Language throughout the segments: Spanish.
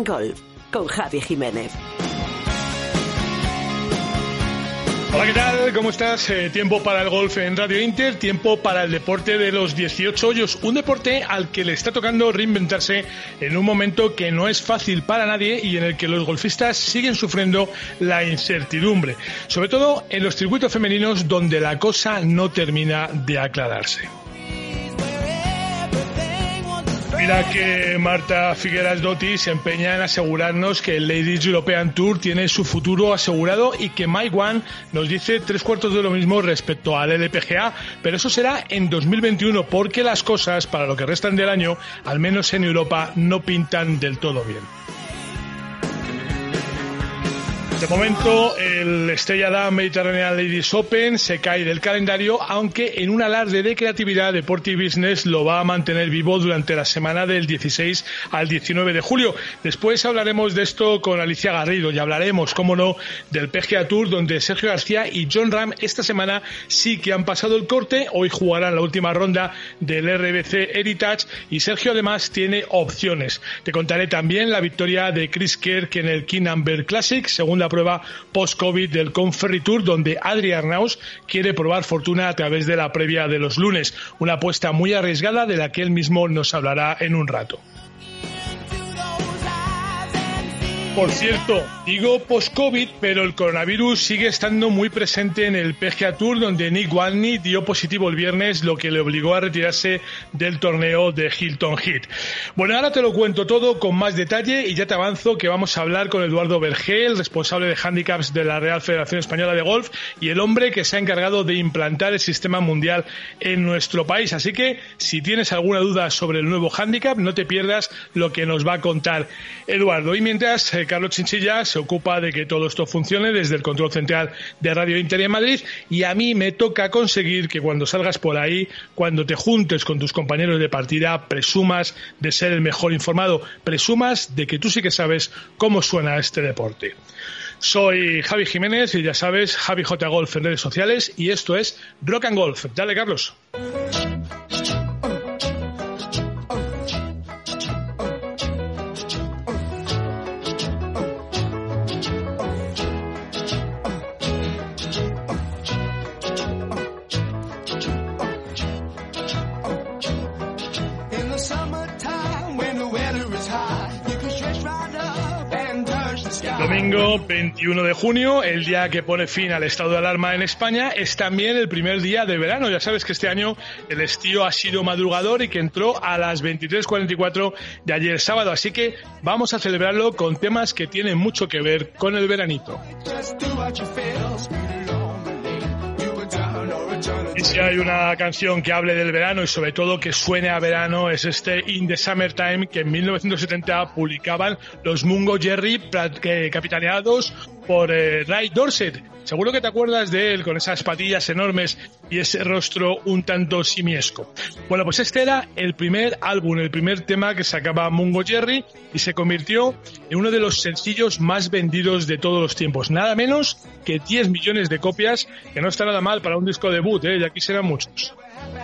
and Golf, con Javi Jiménez. Hola, ¿qué tal? ¿Cómo estás? Tiempo para el golf en Radio Inter, tiempo para el deporte de los 18 hoyos, un deporte al que le está tocando reinventarse en un momento que no es fácil para nadie y en el que los golfistas siguen sufriendo la incertidumbre, sobre todo en los circuitos femeninos donde la cosa no termina de aclararse. Mira que Marta Figueras-Dotti se empeña en asegurarnos que el Ladies European Tour tiene su futuro asegurado y que Mike Wang nos dice 3/4 de lo mismo respecto al LPGA, pero eso será en 2021 porque las cosas para lo que restan del año, al menos en Europa, no pintan del todo bien. De momento, el Stella Damm Mediterranean Ladies Open se cae del calendario, aunque en un alarde de creatividad, Deporte y Business lo va a mantener vivo durante la semana del 16 al 19 de julio. Después hablaremos de esto con Alicia Garrido y hablaremos, cómo no, del PGA Tour, donde Sergio García y Jon Rahm esta semana sí que han pasado el corte. Hoy jugarán la última ronda del RBC Heritage y Sergio además tiene opciones. Te contaré también la victoria de Chris Kirk en el King Amber Classic, segunda prueba post-COVID del Conferry Tour, donde Adri Arnaus quiere probar fortuna a través de la previa de los lunes. Una apuesta muy arriesgada de la que él mismo nos hablará en un rato. Por cierto, digo post-COVID, pero el coronavirus sigue estando muy presente en el PGA Tour, donde Nick Watney dio positivo el viernes, lo que le obligó a retirarse del torneo de Hilton Head. Bueno, ahora te lo cuento todo con más detalle y ya te avanzo que vamos a hablar con Eduardo Vergel, responsable de handicaps de la Real Federación Española de Golf y el hombre que se ha encargado de implantar el sistema mundial en nuestro país. Así que, si tienes alguna duda sobre el nuevo handicap, no te pierdas lo que nos va a contar Eduardo. Y mientras, Carlos Chinchilla se ocupa de que todo esto funcione desde el control central de Radio Inter en Madrid, y a mí me toca conseguir que cuando salgas por ahí, cuando te juntes con tus compañeros de partida, presumas de ser el mejor informado, presumas de que tú sí que sabes cómo suena este deporte. Soy Javi Jiménez y ya sabes, Javi J. Golf en redes sociales, y esto es Rock and Golf. Dale, Carlos. Domingo 21 de junio, el día que pone fin al estado de alarma en España, es también el primer día de verano. Ya sabes que este año el estío ha sido madrugador y que entró a las 23:44 de ayer sábado, así que vamos a celebrarlo con temas que tienen mucho que ver con el veranito. Y si hay una canción que hable del verano y sobre todo que suene a verano, es este In the Summertime, que en 1970 publicaban los Mungo Jerry, capitaneados por Ray Dorset. Seguro que te acuerdas de él con esas patillas enormes y ese rostro un tanto simiesco. Bueno, pues este era el primer álbum, el primer tema que sacaba Mungo Jerry y se convirtió en uno de los sencillos más vendidos de todos los tiempos. Nada menos que 10 millones de copias, que no está nada mal para un disco debut, y aquí serán muchos.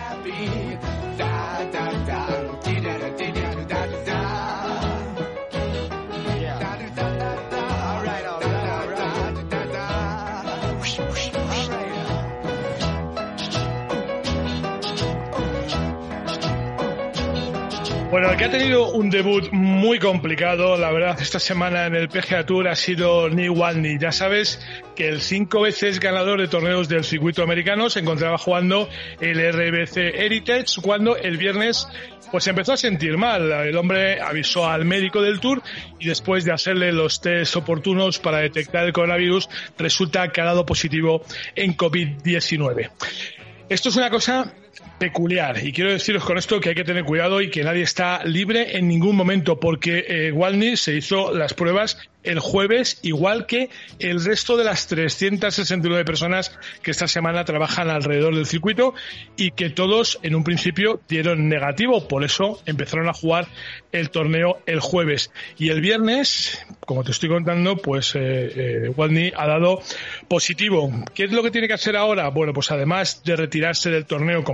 Bueno, el que ha tenido un debut muy complicado, la verdad, esta semana en el PGA Tour ha sido Nick Watney. Ya sabes que el 5 veces ganador de torneos del circuito americano se encontraba jugando el RBC Heritage cuando el viernes pues empezó a sentir mal. El hombre avisó al médico del Tour y después de hacerle los test oportunos para detectar el coronavirus, resulta que ha dado positivo en COVID-19. Esto es una cosa peculiar y quiero deciros con esto que hay que tener cuidado y que nadie está libre en ningún momento, porque Watney se hizo las pruebas el jueves, igual que el resto de las 369 personas que esta semana trabajan alrededor del circuito y que todos en un principio dieron negativo. Por eso empezaron a jugar el torneo el jueves. Y el viernes, como te estoy contando, pues Watney ha dado positivo. ¿Qué es lo que tiene que hacer ahora? Bueno, pues además de retirarse del torneo, como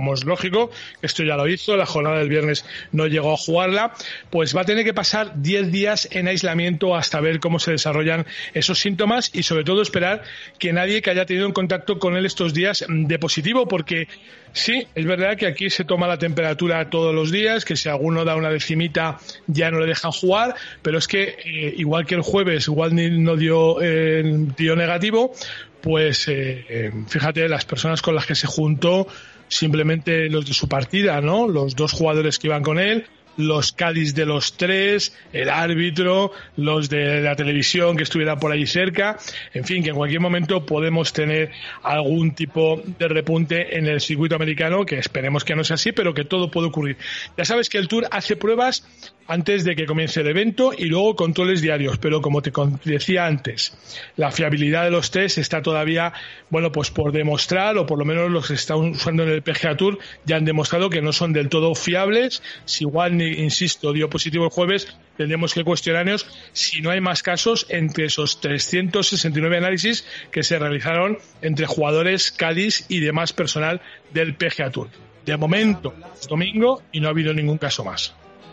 como es lógico, esto ya lo hizo, la jornada del viernes no llegó a jugarla, pues va a tener que pasar 10 días en aislamiento hasta ver cómo se desarrollan esos síntomas y sobre todo esperar que nadie que haya tenido en contacto con él estos días dé positivo, porque sí, es verdad que aquí se toma la temperatura todos los días, que si alguno da una decimita ya no le dejan jugar, pero es que igual que el jueves Waldny no dio negativo, pues fíjate, las personas con las que se juntó, simplemente los de su partida, ¿no? Los 2 jugadores que iban con él, los Cádiz de los 3, el árbitro, los de la televisión que estuvieran por ahí cerca, en fin, que en cualquier momento podemos tener algún tipo de repunte en el circuito americano, que esperemos que no sea así, pero que todo puede ocurrir. Ya sabes que el Tour hace pruebas antes de que comience el evento y luego controles diarios, pero como te decía antes, la fiabilidad de los test está todavía, bueno, pues por demostrar, o por lo menos los que están usando en el PGA Tour ya han demostrado que no son del todo fiables. Si igual, insisto, dio positivo el jueves, tendremos que cuestionarnos si no hay más casos entre esos 369 análisis que se realizaron entre jugadores, Cádiz y demás personal del PGA Tour. De momento, es domingo y no ha habido ningún caso más.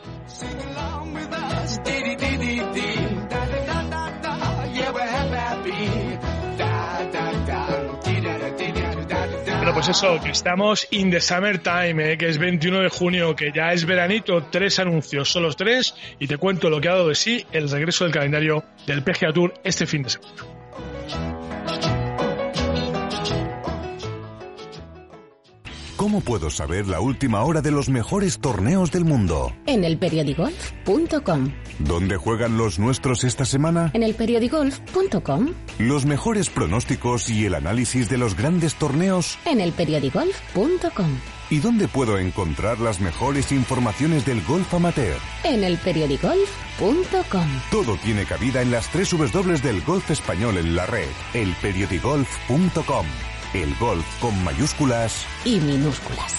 Bueno, pues eso, que estamos in the summertime, que es 21 de junio, que ya es veranito, 3 anuncios, son los 3, y te cuento lo que ha dado de sí el regreso del calendario del PGA Tour este fin de semana. ¿Cómo puedo saber la última hora de los mejores torneos del mundo? En elperiodigolf.com. ¿Dónde juegan los nuestros esta semana? En elperiodigolf.com. Los mejores pronósticos y el análisis de los grandes torneos. En elperiodigolf.com. ¿Y dónde puedo encontrar las mejores informaciones del golf amateur? En elperiodigolf.com. Todo tiene cabida en las 3 W del golf español en la red. elperiodigolf.com. El golf con mayúsculas y minúsculas.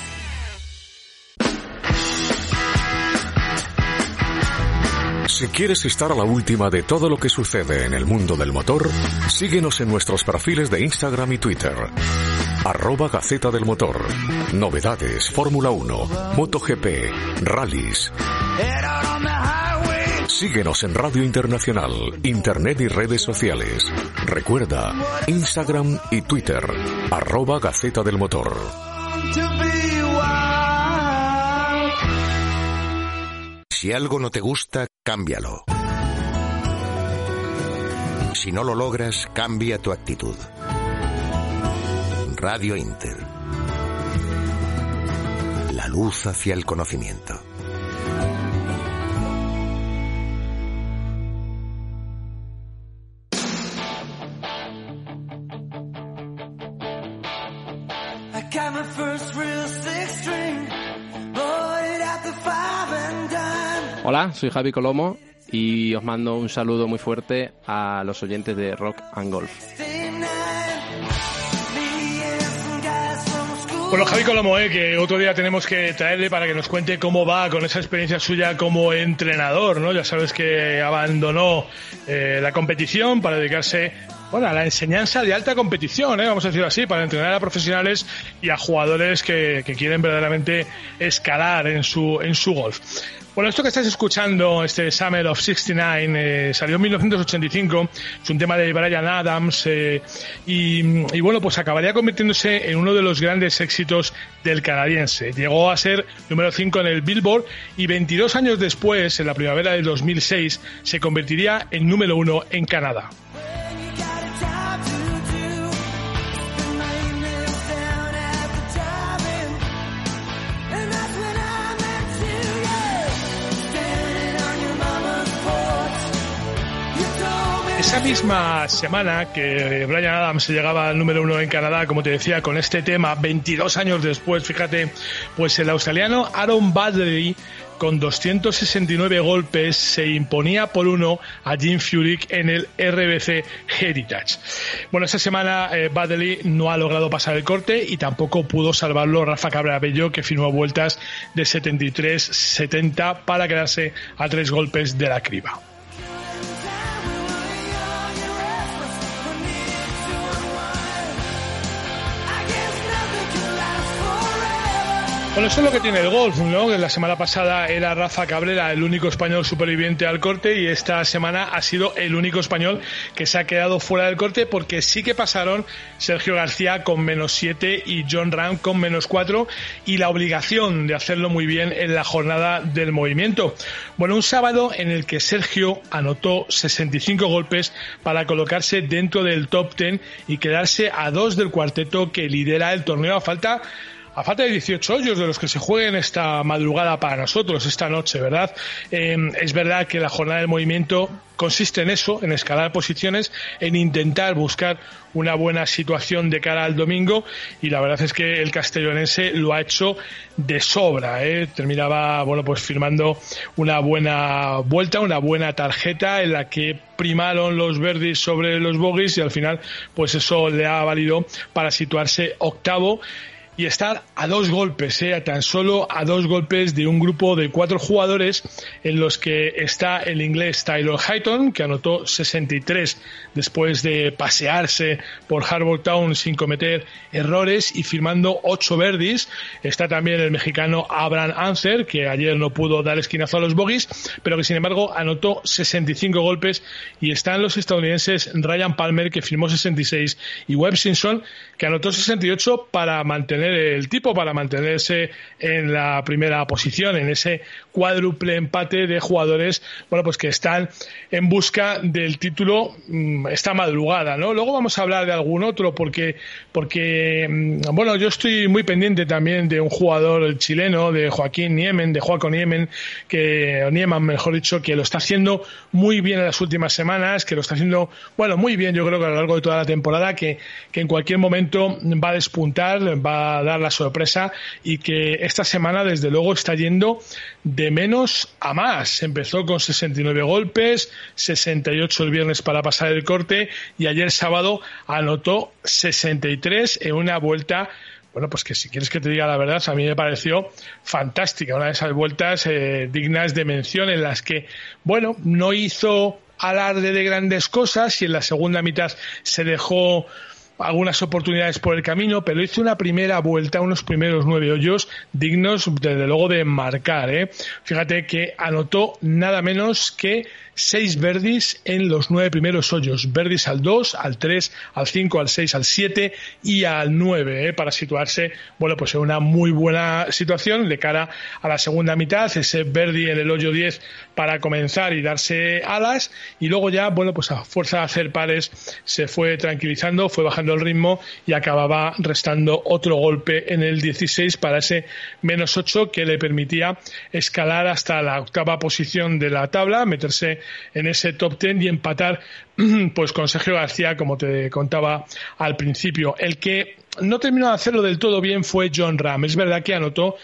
Si quieres estar a la última de todo lo que sucede en el mundo del motor, síguenos en nuestros perfiles de Instagram y Twitter. @Gaceta del Motor. Novedades, Fórmula 1, MotoGP, rallies. Síguenos en Radio Internacional, Internet y redes sociales. Recuerda, Instagram y Twitter, @Gaceta del Motor. Si algo no te gusta, cámbialo. Si no lo logras, cambia tu actitud. Radio Inter. La luz hacia el conocimiento. Hola, soy Javi Colomo y os mando un saludo muy fuerte a los oyentes de Rock and Golf. Bueno, Javi Colomo, que otro día tenemos que traerle para que nos cuente cómo va con esa experiencia suya como entrenador, ¿no? Ya sabes que abandonó la competición para dedicarse, bueno, a la enseñanza de alta competición, vamos a decirlo así, para entrenar a profesionales y a jugadores que quieren verdaderamente escalar en su golf. Bueno, esto que estás escuchando, este Summer of 69, salió en 1985, es un tema de Bryan Adams, y bueno, pues acabaría convirtiéndose en uno de los grandes éxitos del canadiense. Llegó a ser número 5 en el Billboard y 22 años después, en la primavera del 2006, se convertiría en número 1 en Canadá. Esa misma semana que Bryan Adams llegaba al número 1 en Canadá, como te decía, con este tema, 22 años después, fíjate, pues el australiano Aaron Baddeley, con 269 golpes, se imponía por 1 a Jim Furyk en el RBC Heritage. Bueno, esta semana Baddeley no ha logrado pasar el corte y tampoco pudo salvarlo Rafa Cabrabello, que firmó vueltas de 73-70 para quedarse a 3 golpes de la criba. Bueno, eso es lo que tiene el golf, ¿no? La semana pasada era Rafa Cabrera el único español superviviente al corte y esta semana ha sido el único español que se ha quedado fuera del corte, porque sí que pasaron Sergio García con -7 y Jon Rahm con -4 y la obligación de hacerlo muy bien en la jornada del movimiento. Bueno, un sábado en el que Sergio anotó 65 golpes para colocarse dentro del top 10 y quedarse a 2 del cuarteto que lidera el torneo a falta de 18 hoyos de los que se jueguen esta madrugada para nosotros, esta noche, ¿verdad? Es verdad que la jornada del movimiento consiste en eso, en escalar posiciones, en intentar buscar una buena situación de cara al domingo, y la verdad es que el castellonense lo ha hecho de sobra, Terminaba, bueno, pues firmando una buena vuelta, una buena tarjeta en la que primaron los birdies sobre los bogies y al final pues eso le ha valido para situarse octavo y estar a 2 golpes, tan solo a 2 golpes de un grupo de 4 jugadores en los que está el inglés Tyler Hayton, que anotó 63 después de pasearse por Harbour Town sin cometer errores y firmando 8 birdies. Está también el mexicano Abraham Ancer, que ayer no pudo dar esquinazo a los bogies, pero que sin embargo anotó 65 golpes, y están los estadounidenses Ryan Palmer, que firmó 66, y Webb Simpson, que anotó 68 para mantenerse en la primera posición, en ese cuádruple empate de jugadores, bueno, pues que están en busca del título esta madrugada, ¿no? Luego vamos a hablar de algún otro porque bueno, yo estoy muy pendiente también de un jugador chileno, de Joaco Niemann, mejor dicho, que lo está haciendo muy bien en las últimas semanas, que lo está haciendo, bueno, muy bien, yo creo que a lo largo de toda la temporada, que en cualquier momento va a despuntar, va a dar la sorpresa, y que esta semana desde luego está yendo de menos a más. Empezó con 69 golpes, 68 el viernes para pasar el corte, y ayer sábado anotó 63 en una vuelta, bueno, pues que si quieres que te diga la verdad, a mí me pareció fantástica, una de esas vueltas dignas de mención, en las que, bueno, no hizo alarde de grandes cosas y en la segunda mitad se dejó algunas oportunidades por el camino, pero hizo una primera vuelta, unos primeros 9 hoyos dignos desde luego de marcar, Fíjate que anotó nada menos que 6 birdies en los 9 primeros hoyos, birdies al 2, al 3, al 5, al 6, al 7 y al 9, para situarse, bueno, pues en una muy buena situación de cara a la segunda mitad, ese birdie en el hoyo 10 para comenzar y darse alas, y luego ya, bueno, pues a fuerza de hacer pares se fue tranquilizando, fue bajando el ritmo y acababa restando otro golpe en el 16 para ese -8 que le permitía escalar hasta la octava posición de la tabla, meterse en ese top 10 y empatar pues con Sergio García, como te contaba al principio. El que no terminó de hacerlo del todo bien fue Jon Rahm. Es verdad que anotó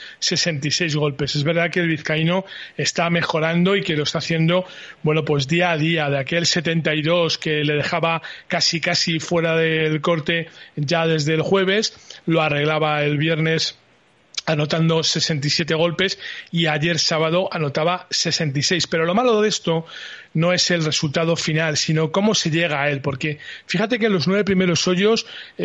66 golpes, es verdad que el vizcaíno está mejorando y que lo está haciendo, bueno, pues día a día. De aquel 72 que le dejaba casi fuera del corte ya desde el jueves, lo arreglaba el viernes anotando 67 golpes, y ayer sábado anotaba 66. Pero lo malo de esto no es el resultado final, sino cómo se llega a él, porque fíjate que en los 9 primeros hoyos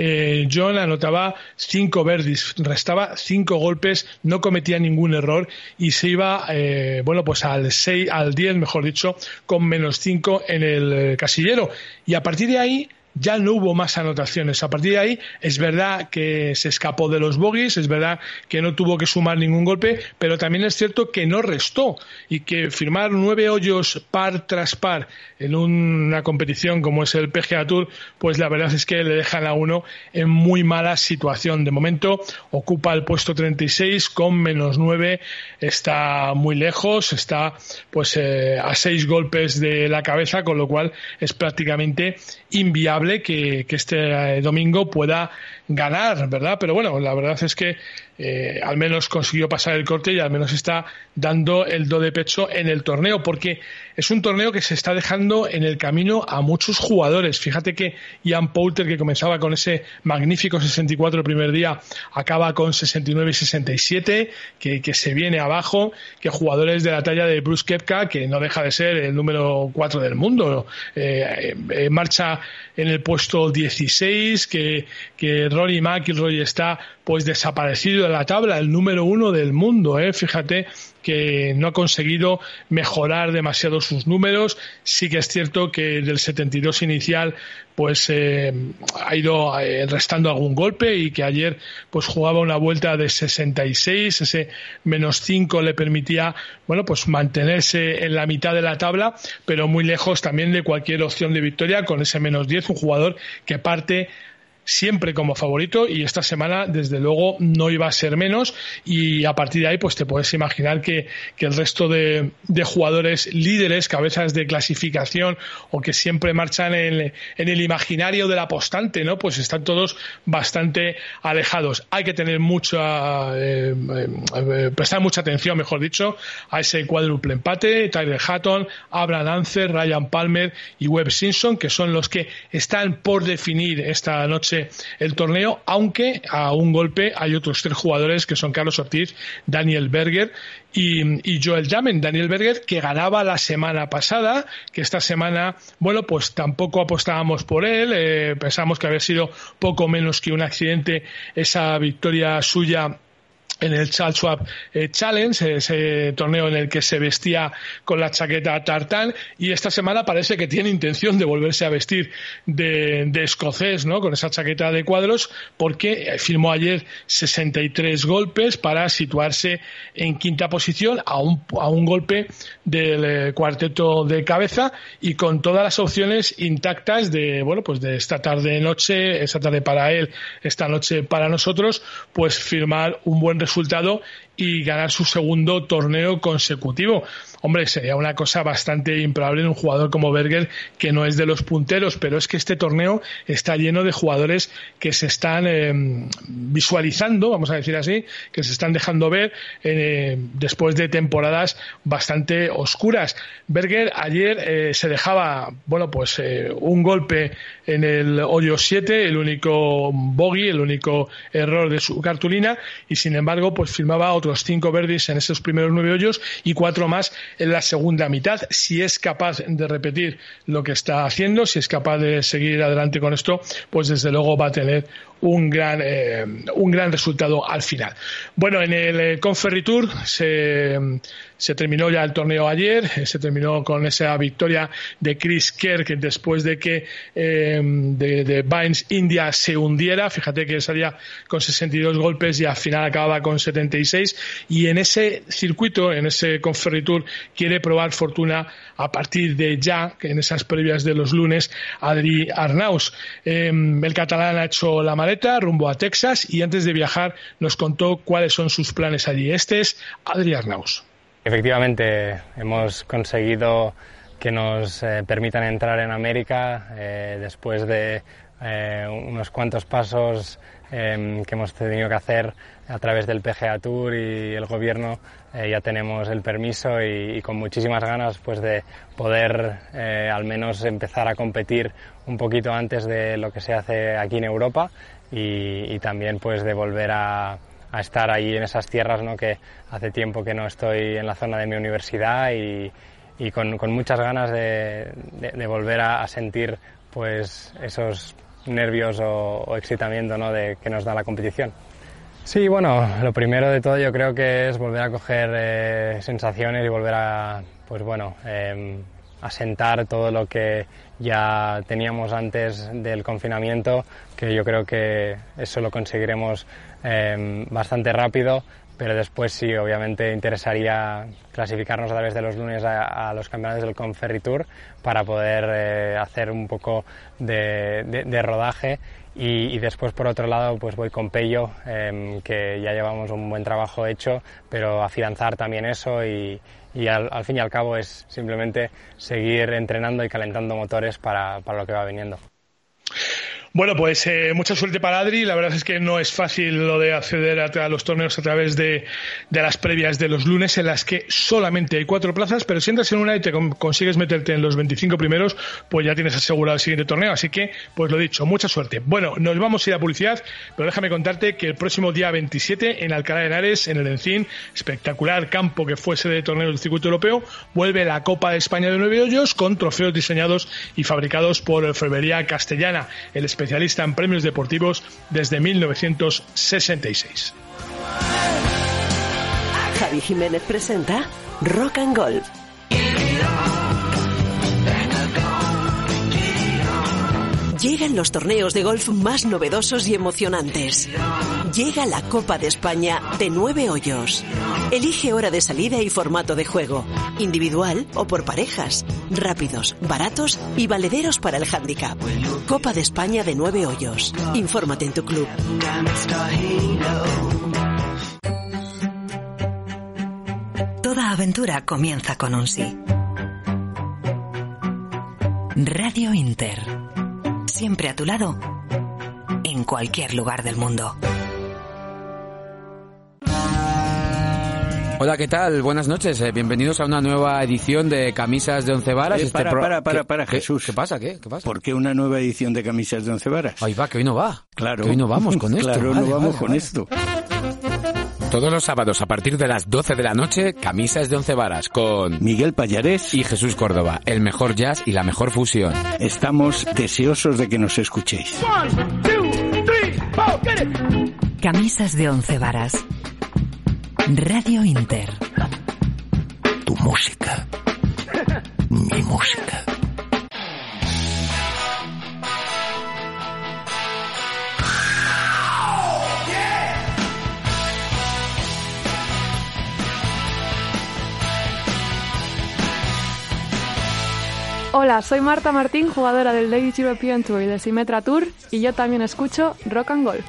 Jon anotaba 5 birdies, restaba 5 golpes, no cometía ningún error y se iba bueno, pues al 10, mejor dicho, con -5 en el casillero, y a partir de ahí ya no hubo más anotaciones. A partir de ahí es verdad que se escapó de los bogies, es verdad que no tuvo que sumar ningún golpe, pero también es cierto que no restó, y que firmar 9 hoyos par tras par en una competición como es el PGA Tour, pues la verdad es que le dejan a uno en muy mala situación. De momento ocupa el puesto 36 con -9, está muy lejos, está pues a 6 golpes de la cabeza, con lo cual es prácticamente inviable que este domingo pueda ganar, ¿verdad? Pero bueno, la verdad es que al menos consiguió pasar el corte y al menos está dando el do de pecho en el torneo, porque es un torneo que se está dejando en el camino a muchos jugadores. Fíjate que Ian Poulter, que comenzaba con ese magnífico 64 el primer día, acaba con 69 y 67, que se viene abajo, que jugadores de la talla de Bruce Koepka, que no deja de ser el número 4 del mundo, marcha en el puesto 16, que Rory McIlroy está pues desaparecido de la tabla, el número 1 del mundo, fíjate que no ha conseguido mejorar demasiado sus números. Sí que es cierto que del 72 inicial pues ha ido restando algún golpe, y que ayer pues jugaba una vuelta de 66, ese -5 le permitía pues mantenerse en la mitad de la tabla, pero muy lejos también de cualquier opción de victoria con ese -10, un jugador que parte siempre como favorito, y esta semana desde luego no iba a ser menos, y a partir de ahí pues te puedes imaginar que el resto de jugadores líderes, cabezas de clasificación, o que siempre marchan en el imaginario del apostante, ¿no? Pues están todos bastante alejados. Hay que tener prestar mucha atención, mejor dicho, a ese cuádruple empate: Tyler Hatton, Abraham Ancer, Ryan Palmer y Webb Simpson, que son los que están por definir esta noche el torneo, aunque a un golpe hay otros 3 jugadores, que son Carlos Ortiz, Daniel Berger y Joel Dahmen. Daniel Berger, que ganaba la semana pasada, que esta semana, pues tampoco apostábamos por él, pensamos que había sido poco menos que un accidente esa victoria suya en el Charles Schwab Challenge, ese torneo en el que se vestía con la chaqueta tartán, y esta semana parece que tiene intención de volverse a vestir de escocés, ¿no? Con esa chaqueta de cuadros, porque firmó ayer 63 golpes para situarse en quinta posición, a un golpe del cuarteto de cabeza, y con todas las opciones intactas de esta tarde-noche, esta tarde para él, esta noche para nosotros, pues firmar un buen resultado y ganar su segundo torneo consecutivo. Hombre, sería una cosa bastante improbable en un jugador como Berger, que no es de los punteros, pero es que este torneo está lleno de jugadores que se están visualizando, vamos a decir así, que se están dejando ver después de temporadas bastante oscuras. Berger ayer se dejaba un golpe en el hoyo 7, el único bogey, el único error de su cartulina, y sin embargo pues firmaba otros 5 birdies en esos primeros 9 hoyos y 4 más en la segunda mitad. Si es capaz de repetir lo que está haciendo, si es capaz de seguir adelante con esto, pues desde luego va a tener un gran resultado al final. Bueno, en el Conferry-Tour se terminó ya el torneo ayer, se terminó con esa victoria de Chris Kerr, que después de que de Vines India se hundiera, fíjate que salía con 62 golpes y al final acababa con 76, y en ese circuito, en ese Conferry-Tour, quiere probar fortuna a partir de ya, que en esas previas de los lunes, Adri Arnaus. El catalán ha hecho la maleta rumbo a Texas, y antes de viajar nos contó cuáles son sus planes allí. Este es Adri Arnaus. Efectivamente, hemos conseguido que nos permitan entrar en América después de unos cuantos pasos que hemos tenido que hacer a través del PGA Tour y el gobierno. Ya tenemos el permiso y con muchísimas ganas pues de poder al menos empezar a competir un poquito antes de lo que se hace aquí en Europa, y también pues de volver a estar ahí en esas tierras, ¿no? Que hace tiempo que no estoy en la zona de mi universidad, y con muchas ganas de volver a sentir pues esos nervios o excitamiento, ¿no? Que nos da la competición. Sí, bueno, lo primero de todo yo creo que es volver a coger sensaciones y volver a asentar todo lo que ya teníamos antes del confinamiento, que yo creo que eso lo conseguiremos bastante rápido, pero después sí, obviamente interesaría clasificarnos a través de los lunes a los campeonatos del Conferry-Tour para poder hacer un poco de rodaje. Y después, por otro lado, pues voy con Pello, que ya llevamos un buen trabajo hecho, pero afianzar también eso, y al fin y al cabo es simplemente seguir entrenando y calentando motores para lo que va viniendo. Bueno, pues mucha suerte para Adri. La verdad es que no es fácil lo de acceder a los torneos a través de las previas de los lunes, en las que solamente hay 4 plazas, pero si entras en una y te consigues meterte en los 25 primeros, pues ya tienes asegurado el siguiente torneo. Así que, pues lo dicho, mucha suerte. Bueno, nos vamos a ir a publicidad, pero déjame contarte que el próximo día 27 en Alcalá de Henares, en el Encín, espectacular campo que fue sede de torneo del circuito europeo, vuelve la Copa de España de 9 hoyos con trofeos diseñados y fabricados por Ferrería Castellana. El espectáculo especialista en premios deportivos desde 1966. Javi Jiménez presenta Rock and Golf. Llegan los torneos de golf más novedosos y emocionantes. Llega la Copa de España de 9 hoyos. Elige hora de salida y formato de juego. Individual o por parejas. Rápidos, baratos y valederos para el hándicap. Copa de España de 9 hoyos. Infórmate en tu club. Toda aventura comienza con un sí. Radio Inter. Siempre a tu lado, en cualquier lugar del mundo. Hola, ¿qué tal? Buenas noches. Bienvenidos a una nueva edición de Camisas de 11 Varas. Para, Jesús. ¿Qué pasa? ¿Qué pasa? ¿Por qué una nueva edición de Camisas de 11 Varas? Ahí va, que hoy no va. Claro. Que hoy no vamos con esto. Claro, no vamos con esto. Todos los sábados a partir de las 12 de la noche, Camisas de 11 Varas con Miguel Pallarés y Jesús Córdoba, el mejor jazz y la mejor fusión. Estamos deseosos de que nos escuchéis. 1, 2, 3, 4, get it. Camisas de 11 Varas. Radio Inter. Tu música. Mi música. Hola, soy Marta Martín, jugadora del Ladies European Tour y de Symetra Tour, y yo también escucho Rock and Golf.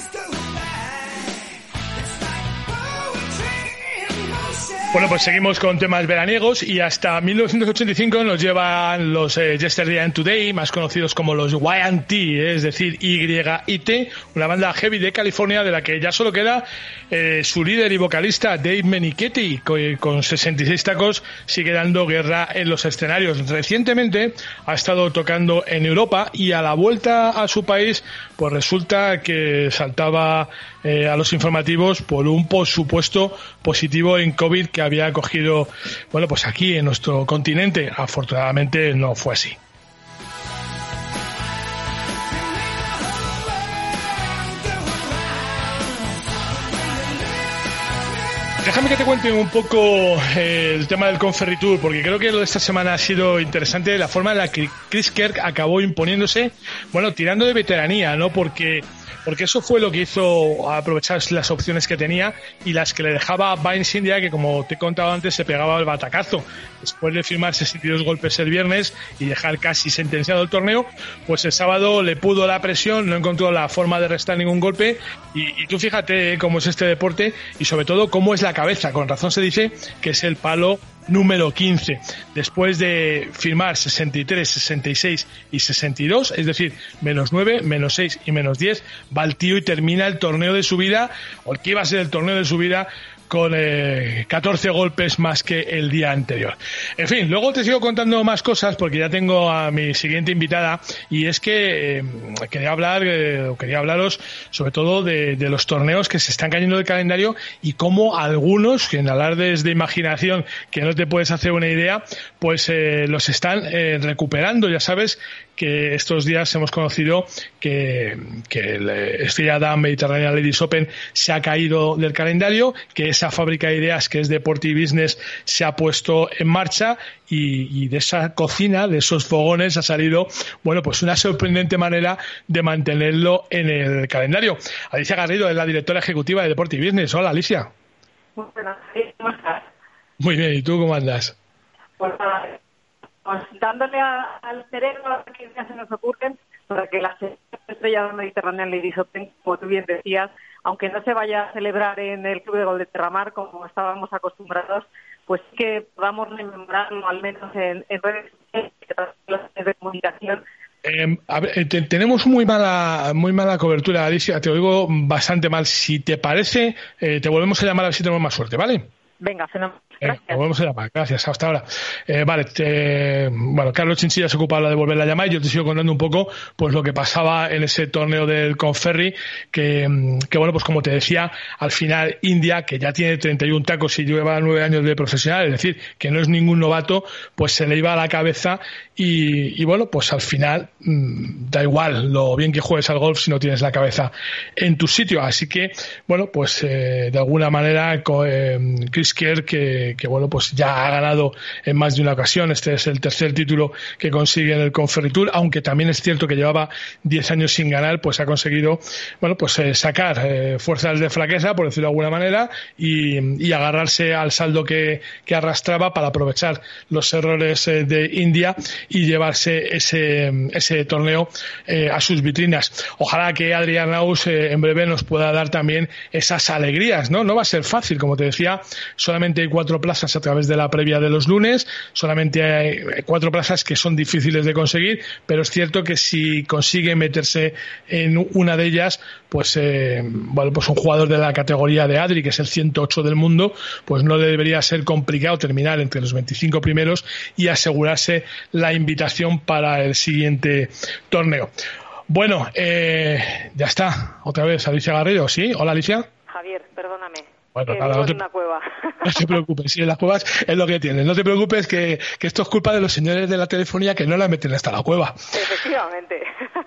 Bueno, pues seguimos con temas veraniegos y hasta 1985 nos llevan los Yesterday and Today, más conocidos como los Y&T, es decir, Y&T, una banda heavy de California de la que ya solo queda su líder y vocalista Dave Meniketti, que con 66 tacos sigue dando guerra en los escenarios. Recientemente ha estado tocando en Europa y a la vuelta a su país pues resulta que saltaba a los informativos por un supuesto positivo en COVID que había cogido, bueno, pues aquí en nuestro continente. Afortunadamente no fue así. Déjame que te cuente un poco el tema del Conferritour, porque creo que lo de esta semana ha sido interesante la forma en la que Chris Kirk acabó imponiéndose, bueno, tirando de veteranía, ¿no? Porque eso fue lo que hizo aprovechar las opciones que tenía y las que le dejaba Vines India, que como te he contado antes se pegaba el batacazo. Después de firmar 62 golpes el viernes y dejar casi sentenciado el torneo, pues el sábado le pudo la presión, no encontró la forma de restar ningún golpe y tú fíjate cómo es este deporte y sobre todo cómo es la cabeza. Con razón se dice que es el palo número 15. Después de firmar 63, 66 y 62, es decir, -9, -6 y -10, va el tío y termina el torneo de su vida, o el que iba a ser el torneo de su vida, con 14 golpes más que el día anterior. En fin, luego te sigo contando más cosas porque ya tengo a mi siguiente invitada y es que quería hablaros sobre todo de los torneos que se están cayendo del calendario y cómo algunos, que en alardes de imaginación que no te puedes hacer una idea, pues los están recuperando. Ya sabes que estos días hemos conocido que el Estrella Damm Mediterranean Ladies Open se ha caído del calendario, que esa fábrica de ideas que es Deporte y Business se ha puesto en marcha y de esa cocina, de esos fogones ha salido, bueno, pues una sorprendente manera de mantenerlo en el calendario. Alicia Garrido es la directora ejecutiva de Deporte y Business. Hola, Alicia. Muy buenas, ¿cómo estás? Muy bien, ¿y tú cómo andas? Pues dándole al cerebro a que se nos ocurren para que la Estrella Mediterranean Ladies Open, como tú bien decías, aunque no se vaya a celebrar en el Club de Golf de Terramar como estábamos acostumbrados, pues sí que podamos rememorarlo al menos en redes sociales de comunicación. Tenemos muy mala cobertura, Alicia, te oigo bastante mal. Si te parece, te volvemos a llamar a ver si tenemos más suerte, ¿vale? Venga, fenomenal. Gracias. Nos vemos en la mar. Gracias, hasta ahora. Bueno, Carlos Chinchilla se ocupa de devolver la llamada y yo te sigo contando un poco pues lo que pasaba en ese torneo del Conferry, que bueno, pues como te decía, al final India, que ya tiene 31 tacos y lleva 9 años de profesional, es decir, que no es ningún novato, pues se le iba a la cabeza y bueno, pues al final da igual lo bien que juegues al golf si no tienes la cabeza en tu sitio. Así que, bueno, pues de alguna manera Chris Kerr, que bueno, pues ya ha ganado en más de una ocasión. Este es el tercer título que consigue en el Conferry Tour, aunque también es cierto que llevaba 10 años sin ganar, pues ha conseguido, bueno, pues sacar fuerzas de flaqueza, por decirlo de alguna manera, y agarrarse al saldo que arrastraba para aprovechar los errores de India y llevarse ese torneo a sus vitrinas. Ojalá que Adrián Naus en breve nos pueda dar también esas alegrías, ¿no? No va a ser fácil, como te decía, solamente hay 4 plazas a través de la previa de los lunes, solamente hay 4 plazas que son difíciles de conseguir, pero es cierto que si consigue meterse en una de ellas, pues bueno, pues un jugador de la categoría de Adri, que es el 108 del mundo, pues no debería ser complicado terminar entre los 25 primeros y asegurarse la invitación para el siguiente torneo. Bueno, ya está. Otra vez Alicia Garrido, ¿sí? Hola, Alicia. Javier, perdóname. Bueno, que vivo en una cueva. No te preocupes, si en las cuevas es lo que tienes. No te preocupes que esto es culpa de los señores de la telefonía que no la meten hasta la cueva. Efectivamente.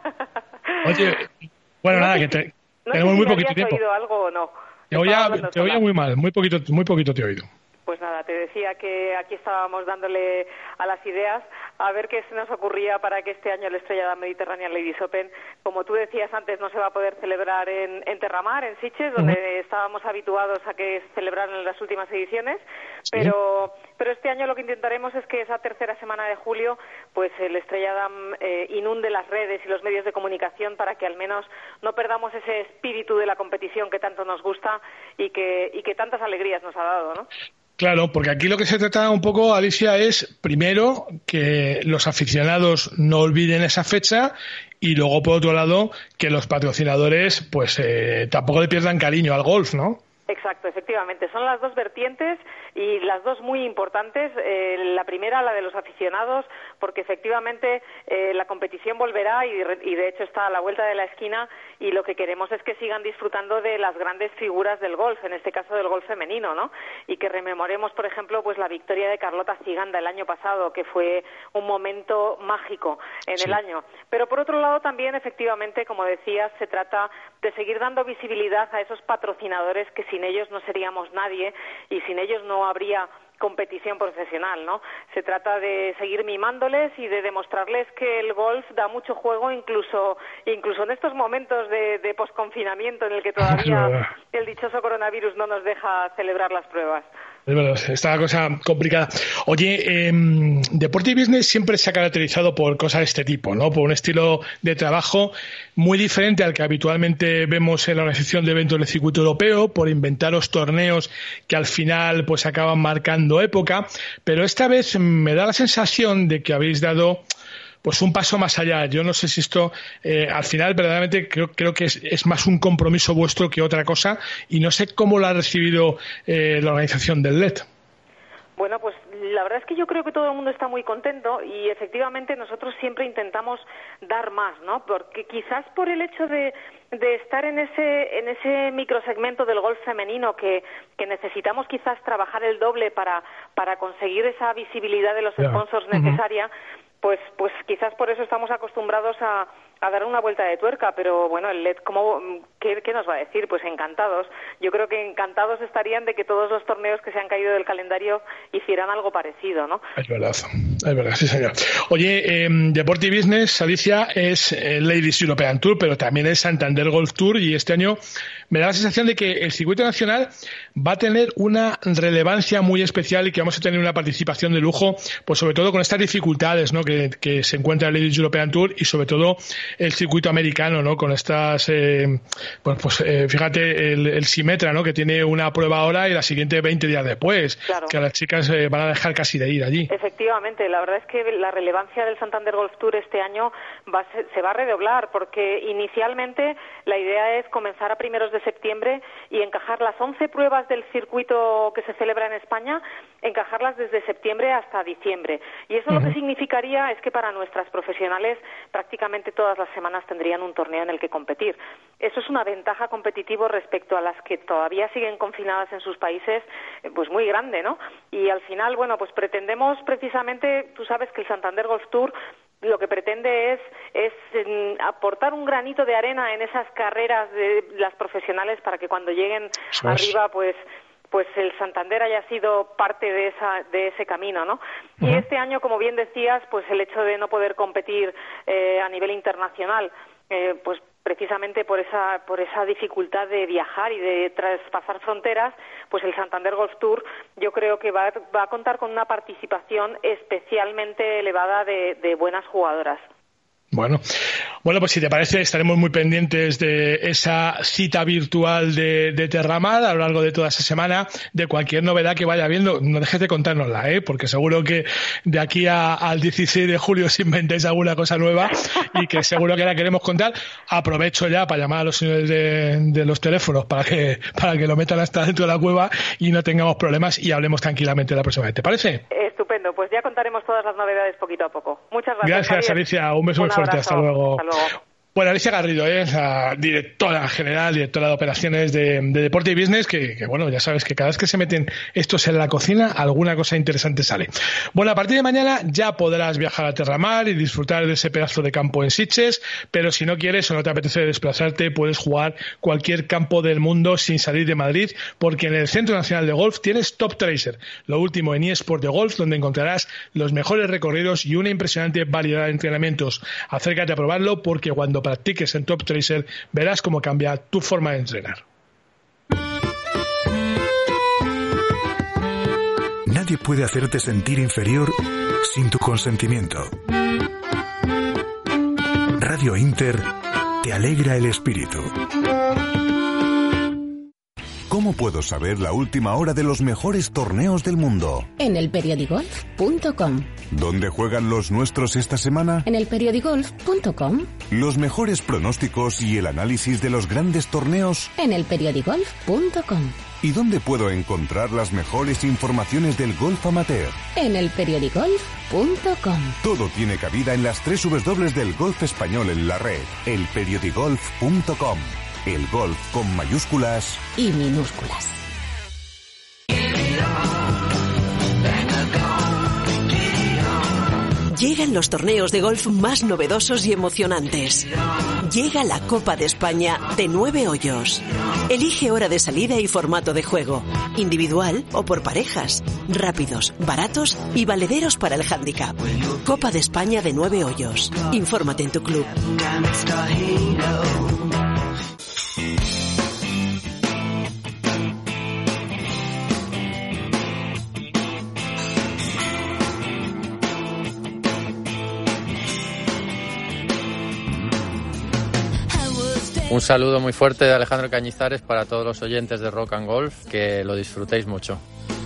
Oye, bueno, nada, que tenemos muy poquito tiempo. ¿Has oído algo o no? Te oía muy mal, muy poquito te he oído. Pues nada, te decía que aquí estábamos dándole a las ideas a ver qué se nos ocurría para que este año el Estrella Damm Mediterranean Ladies Open, como tú decías antes, no se va a poder celebrar en Terramar, en Sitges, donde estábamos habituados a que se celebraran en las últimas ediciones, sí. Pero este año lo que intentaremos es que esa tercera semana de julio, pues el Estrella Damm inunde las redes y los medios de comunicación para que al menos no perdamos ese espíritu de la competición que tanto nos gusta y que tantas alegrías nos ha dado, ¿no? Claro, porque aquí lo que se trata un poco, Alicia, es primero que los aficionados no olviden esa fecha y luego, por otro lado, que los patrocinadores pues tampoco le pierdan cariño al golf, ¿no? Exacto, efectivamente. Son las dos vertientes y las dos muy importantes. La primera, la de los aficionados, porque efectivamente la competición volverá y de hecho está a la vuelta de la esquina y lo que queremos es que sigan disfrutando de las grandes figuras del golf, en este caso del golf femenino, ¿no? Y que rememoremos, por ejemplo, pues la victoria de Carlota Ciganda el año pasado, que fue un momento mágico en el año. Pero por otro lado también, efectivamente, como decías, se trata de seguir dando visibilidad a esos patrocinadores que sin ellos no seríamos nadie y sin ellos no habría competición profesional, ¿no? Se trata de seguir mimándoles y de demostrarles que el golf da mucho juego incluso en estos momentos de posconfinamiento en el que todavía el dichoso coronavirus no nos deja celebrar las pruebas. Es verdad, está la cosa complicada. Oye, Deporte y Business siempre se ha caracterizado por cosas de este tipo, ¿no? Por un estilo de trabajo muy diferente al que habitualmente vemos en la organización de eventos del circuito europeo, por inventaros torneos que al final pues acaban marcando época, pero esta vez me da la sensación de que habéis dado pues un paso más allá. Yo no sé si esto al final verdaderamente creo que es más un compromiso vuestro que otra cosa y no sé cómo lo ha recibido la organización del LED. Bueno, pues la verdad es que yo creo que todo el mundo está muy contento y efectivamente nosotros siempre intentamos dar más, ¿no? Porque quizás por el hecho de estar en ese microsegmento del golf femenino que necesitamos quizás trabajar el doble para conseguir esa visibilidad de los sponsors necesaria, pues quizás por eso estamos acostumbrados a dar una vuelta de tuerca, pero bueno, el LED, ¿qué nos va a decir? Pues encantados. Yo creo que encantados estarían de que todos los torneos que se han caído del calendario hicieran algo parecido, ¿no? Es verdad, sí señor. Oye, Deporte y Business, Alicia, es Ladies European Tour, pero también es Santander Golf Tour y este año me da la sensación de que el circuito nacional va a tener una relevancia muy especial y que vamos a tener una participación de lujo, pues sobre todo con estas dificultades, ¿no? que se encuentra el Ladies European Tour y sobre todo el circuito americano, ¿no? Con estas, fíjate, el Symetra, ¿no? Que tiene una prueba ahora y la siguiente 20 días después, claro. Que a las chicas van a dejar casi de ir allí. Efectivamente, la verdad es que la relevancia del Santander Golf Tour este año se va a redoblar, porque inicialmente la idea es comenzar a primeros de septiembre y encajar las 11 pruebas del circuito que se celebra en España encajarlas desde septiembre hasta diciembre. Y eso lo que significaría es que para nuestras profesionales prácticamente todas las semanas tendrían un torneo en el que competir. Eso es una ventaja competitiva respecto a las que todavía siguen confinadas en sus países, pues muy grande, ¿no? Y al final, bueno, pues pretendemos precisamente, tú sabes que el Santander Golf Tour lo que pretende es aportar un granito de arena en esas carreras de las profesionales para que cuando lleguen arriba, pues el Santander haya sido parte de ese camino, ¿no? Y este año, como bien decías, pues el hecho de no poder competir a nivel internacional, pues precisamente por esa dificultad de viajar y de traspasar fronteras, pues el Santander Golf Tour yo creo que va a contar con una participación especialmente elevada de buenas jugadoras. Bueno, pues si te parece estaremos muy pendientes de esa cita virtual de Terramar a lo largo de toda esa semana, de cualquier novedad que vaya habiendo. No dejes de contárnosla, porque seguro que de aquí al 16 de julio os inventéis alguna cosa nueva y que seguro que la queremos contar. Aprovecho ya para llamar a los señores de los teléfonos para que lo metan hasta dentro de la cueva y no tengamos problemas y hablemos tranquilamente la próxima vez. ¿Te parece? Estupendo, pues ya contaremos todas las novedades poquito a poco. Muchas gracias. Gracias, Alicia. Un beso muy fuerte. Hasta luego. Bueno, Alicia Garrido, la directora general, directora de operaciones de Deporte y Business, que bueno, ya sabes que cada vez que se meten estos en la cocina, alguna cosa interesante sale. Bueno, a partir de mañana ya podrás viajar a Terramar y disfrutar de ese pedazo de campo en Sitges, pero si no quieres o no te apetece desplazarte, puedes jugar cualquier campo del mundo sin salir de Madrid, porque en el Centro Nacional de Golf tienes Top Tracer, lo último en eSport de golf, donde encontrarás los mejores recorridos y una impresionante variedad de entrenamientos. Acércate a probarlo, porque cuando practiques en Top Tracer verás cómo cambia tu forma de entrenar. Nadie puede hacerte sentir inferior sin tu consentimiento. Radio Inter te alegra el espíritu. ¿Cómo puedo saber la última hora de los mejores torneos del mundo? En elperiodigolf.com. ¿Dónde juegan los nuestros esta semana? En elperiodigolf.com. ¿Los mejores pronósticos y el análisis de los grandes torneos? En elperiodigolf.com. ¿Y dónde puedo encontrar las mejores informaciones del golf amateur? En elperiodigolf.com. Todo tiene cabida en las 3 W del golf español en la red. elperiodigolf.com. El golf con mayúsculas y minúsculas. Llegan los torneos de golf más novedosos y emocionantes. Llega la Copa de España de 9 hoyos. Elige hora de salida y formato de juego. Individual o por parejas. Rápidos, baratos y valederos para el handicap. Copa de España de 9 hoyos. Infórmate en tu club. Un saludo muy fuerte de Alejandro Cañizares para todos los oyentes de Rock and Golf, que lo disfrutéis mucho.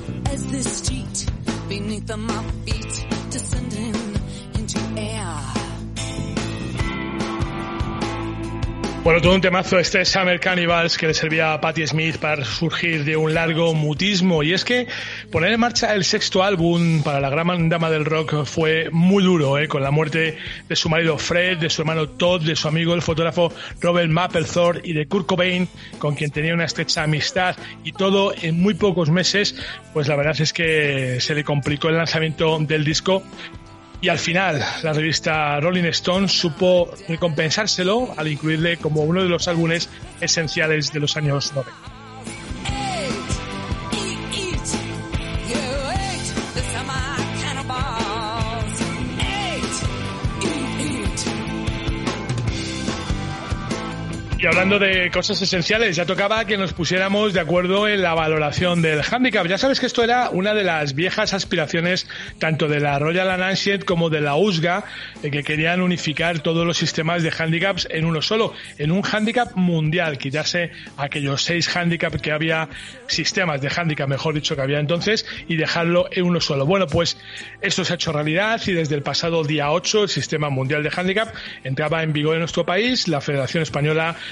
Bueno, todo un temazo este Summer Cannibals que le servía a Patti Smith para surgir de un largo mutismo. Y es que poner en marcha el sexto álbum para la gran dama del rock fue muy duro, con la muerte de su marido Fred, de su hermano Todd, de su amigo el fotógrafo Robert Mapplethorpe y de Kurt Cobain, con quien tenía una estrecha amistad, y todo en muy pocos meses. Pues la verdad es que se le complicó el lanzamiento del disco. Y al final, la revista Rolling Stone supo recompensárselo al incluirle como uno de los álbumes esenciales de los años 90. Y hablando de cosas esenciales, ya tocaba que nos pusiéramos de acuerdo en la valoración del handicap. Ya sabes que esto era una de las viejas aspiraciones tanto de la Royal Association como de la USGA, que querían unificar todos los sistemas de handicaps en uno solo, en un handicap mundial, quitarse aquellos 6 handicaps que había, sistemas de handicap, mejor dicho, que había entonces, y dejarlo en uno solo. Bueno, pues esto se ha hecho realidad y desde el pasado día 8 el sistema mundial de handicap entraba en vigor en nuestro país. La Federación Española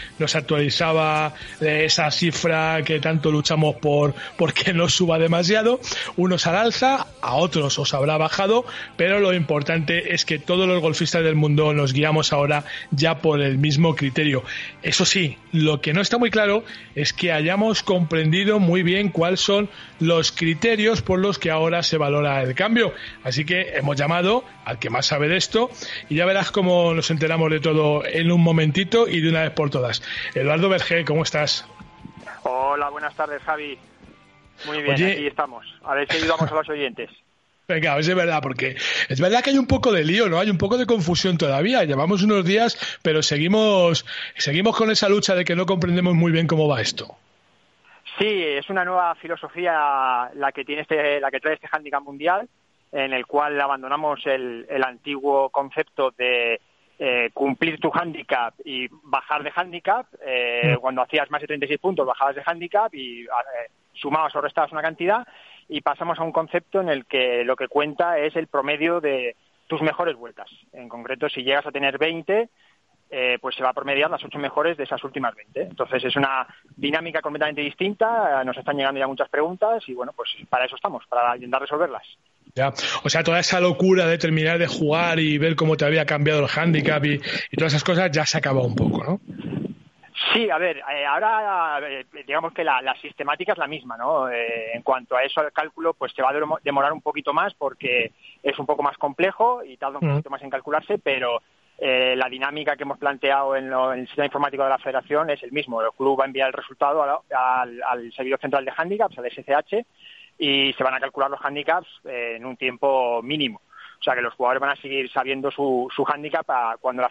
nos actualizaba esa cifra que tanto luchamos por que no suba demasiado. Unos al alza, a otros os habrá bajado, pero lo importante es que todos los golfistas del mundo nos guiamos ahora ya por el mismo criterio. Eso sí, lo que no está muy claro es que hayamos comprendido muy bien cuáles son los criterios por los que ahora se valora el cambio. Así que hemos llamado al que más sabe de esto y ya verás cómo nos enteramos de todo en un momentito y de una vez por todas. Eduardo Vergé, ¿cómo estás? Hola, buenas tardes, Javi. Muy bien, Oye, aquí estamos. A ver si ayudamos a los oyentes. Venga, a ver si es verdad, porque es verdad que hay un poco de lío, ¿no? Hay un poco de confusión todavía. Llevamos unos días, pero seguimos con esa lucha de que no comprendemos muy bien cómo va esto. Sí, es una nueva filosofía la que trae este hándicap mundial, en el cual abandonamos el antiguo concepto de cumplir tu hándicap y bajar de hándicap. Cuando hacías más de 36 puntos bajabas de hándicap y sumabas o restabas una cantidad, y pasamos a un concepto en el que lo que cuenta es el promedio de tus mejores vueltas. En concreto, si llegas a tener 20, pues se va a promediar las 8 mejores de esas últimas 20. Entonces es una dinámica completamente distinta, nos están llegando ya muchas preguntas y bueno, pues para eso estamos, para intentar resolverlas. Ya, o sea, toda esa locura de terminar de jugar y ver cómo te había cambiado el hándicap y todas esas cosas ya se acabó un poco, ¿no? Sí, a ver, ahora digamos que la sistemática es la misma, ¿no? En cuanto a eso, el cálculo pues se va a demorar un poquito más porque es un poco más complejo y tarda un poquito más en calcularse, pero la dinámica que hemos planteado en el sistema informático de la Federación es el mismo. El club va a enviar el resultado al servidor central de handicaps, al SCH, y se van a calcular los handicaps en un tiempo mínimo. O sea que los jugadores van a seguir sabiendo su hándicap cuando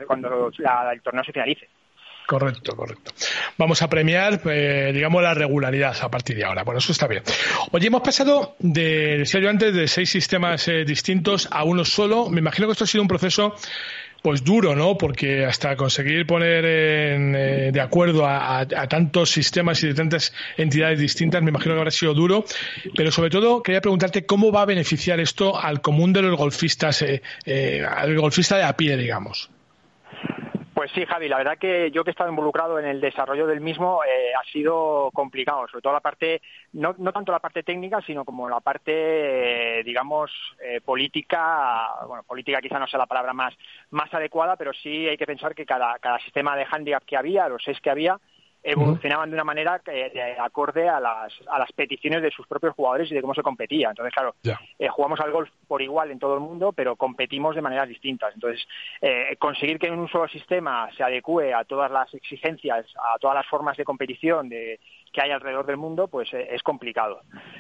el torneo se finalice. Correcto. Vamos a premiar, digamos, la regularidad a partir de ahora. Bueno, eso está bien. Oye, hemos pasado decía yo antes, de 6 sistemas distintos a uno solo. Me imagino que esto ha sido un proceso pues duro, ¿no? Porque hasta conseguir poner de acuerdo a tantos sistemas y de tantas entidades distintas, me imagino que habrá sido duro. Pero sobre todo, quería preguntarte cómo va a beneficiar esto al común de los golfistas, al golfista de a pie, digamos. Pues sí, Javi, la verdad que yo que he estado involucrado en el desarrollo del mismo ha sido complicado, sobre todo la parte, no tanto la parte técnica, sino como la parte, digamos, política. Bueno, política quizá no sea la palabra más adecuada, pero sí hay que pensar que cada sistema de handicap que había, los 6 que había, evolucionaban de una manera acorde a las peticiones de sus propios jugadores y de cómo se competía. Entonces, claro, jugamos al golf por igual en todo el mundo, pero competimos de maneras distintas. Entonces, conseguir que un solo sistema se adecue a todas las exigencias, a todas las formas de competición que hay alrededor del mundo, pues es complicado.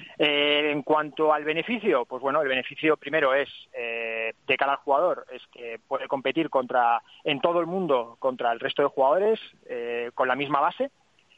En cuanto al beneficio, pues bueno, el beneficio primero es de cara al jugador, es que puede competir en todo el mundo contra el resto de jugadores con la misma base.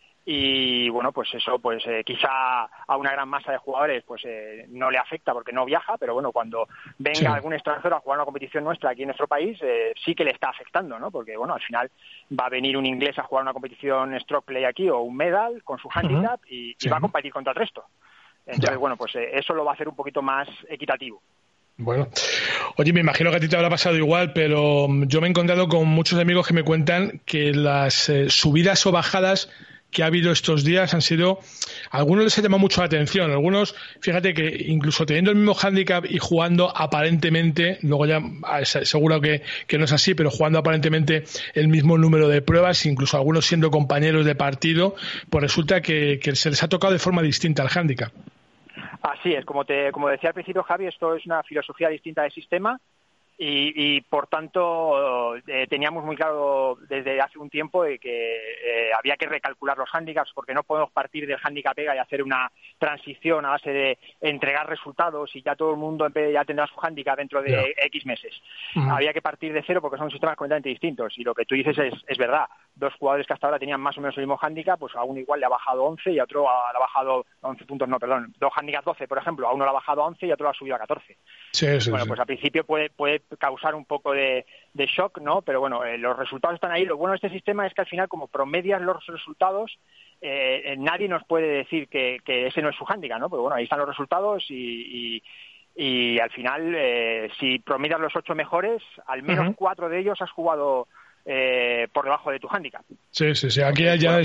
Y bueno, pues eso, pues quizá a una gran masa de jugadores pues no le afecta porque no viaja, pero bueno, cuando venga algún extranjero a jugar una competición nuestra aquí en nuestro país, sí que le está afectando, ¿no? Porque bueno, al final va a venir un inglés a jugar una competición stroke play aquí o un medal con su handicap y va a competir contra el resto. Entonces, bueno, pues eso lo va a hacer un poquito más equitativo. Bueno, oye, me imagino que a ti te habrá pasado igual, pero yo me he encontrado con muchos amigos que me cuentan que las subidas o bajadas que ha habido estos días han sido, a algunos les ha llamado mucho la atención, algunos, fíjate que incluso teniendo el mismo hándicap y jugando aparentemente, luego ya seguro que no es así, pero jugando aparentemente el mismo número de pruebas, incluso algunos siendo compañeros de partido, pues resulta que se les ha tocado de forma distinta el hándicap. Así es, como decía al principio, Javi, esto es una filosofía distinta de sistema y por tanto teníamos muy claro desde hace un tiempo de que había que recalcular los hándicaps porque no podemos partir del hándicap pega y hacer una transición a base de entregar resultados y ya todo el mundo ya tendrá su hándicap dentro de X meses. Había que partir de cero porque son sistemas completamente distintos y lo que tú dices es verdad. 2 jugadores que hasta ahora tenían más o menos el mismo hándicap, pues a uno igual le ha bajado 11 y a otro le ha bajado 11 puntos, no, perdón, 2 hándicaps 12, por ejemplo, a uno le ha bajado 11 y a otro le ha subido a 14. Bueno, pues al principio puede causar un poco de shock, ¿no? Pero bueno, los resultados están ahí. Lo bueno de este sistema es que al final, como promedias los resultados, nadie nos puede decir que ese no es su hándicap, ¿no? Pero bueno, ahí están los resultados y al final, si promedias los 8 mejores, al menos 4 de ellos has jugado por debajo de tu hándicap. Sí. Aquí ya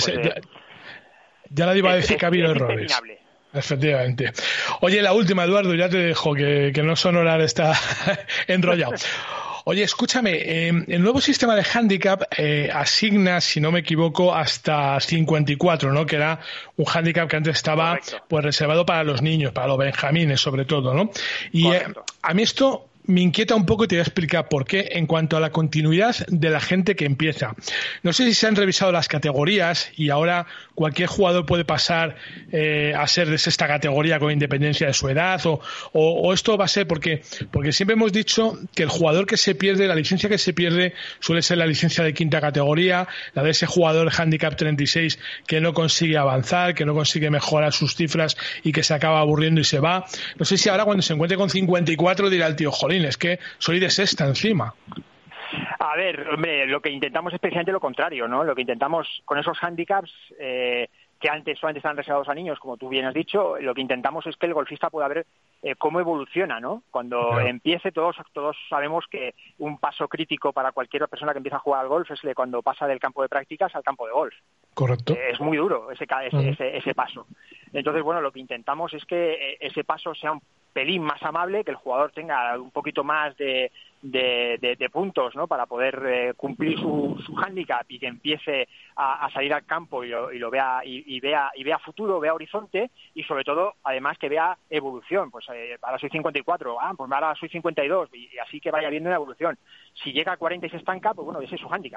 la iba a decir que ha habido errores. Efectivamente. Oye, la última, Eduardo, ya te dejo, que no Sonorar está enrollado. Oye, escúchame, el nuevo sistema de handicap asigna, si no me equivoco, hasta 54, ¿no? Que era un handicap que antes estaba pues reservado para los niños, para los benjamines sobre todo, ¿no? Y a mí esto me inquieta un poco y te voy a explicar por qué en cuanto a la continuidad de la gente que empieza. No sé si se han revisado las categorías y ahora cualquier jugador puede pasar a ser de sexta categoría con independencia de su edad o esto va a ser porque siempre hemos dicho que el jugador que se pierde, la licencia que se pierde suele ser la licencia de quinta categoría, la de ese jugador handicap 36 que no consigue avanzar, que no consigue mejorar sus cifras y que se acaba aburriendo y se va. No sé si ahora cuando se encuentre con 54 dirá el tío, jolín, es que soy de sexta encima. A ver, hombre, lo que intentamos es precisamente lo contrario, ¿no? Lo que intentamos con esos handicaps que antes solamente estaban reservados a niños, como tú bien has dicho, lo que intentamos es que el golfista pueda ver cómo evoluciona, ¿no? Cuando empiece, todos sabemos que un paso crítico para cualquier persona que empieza a jugar al golf es cuando pasa del campo de prácticas al campo de golf. Correcto. Es muy duro ese paso. Entonces, bueno, lo que intentamos es que ese paso sea un pelín más amable, que el jugador tenga un poquito más de puntos, ¿no? Para poder cumplir su hándicap y que empiece a salir al campo y lo vea y vea futuro, vea horizonte y sobre todo, además, que vea evolución. Pues ahora soy 54, pues ahora soy 52 y así que vaya viendo una evolución. Si llega a 40 y se estanca, pues bueno, ese es su hándicap.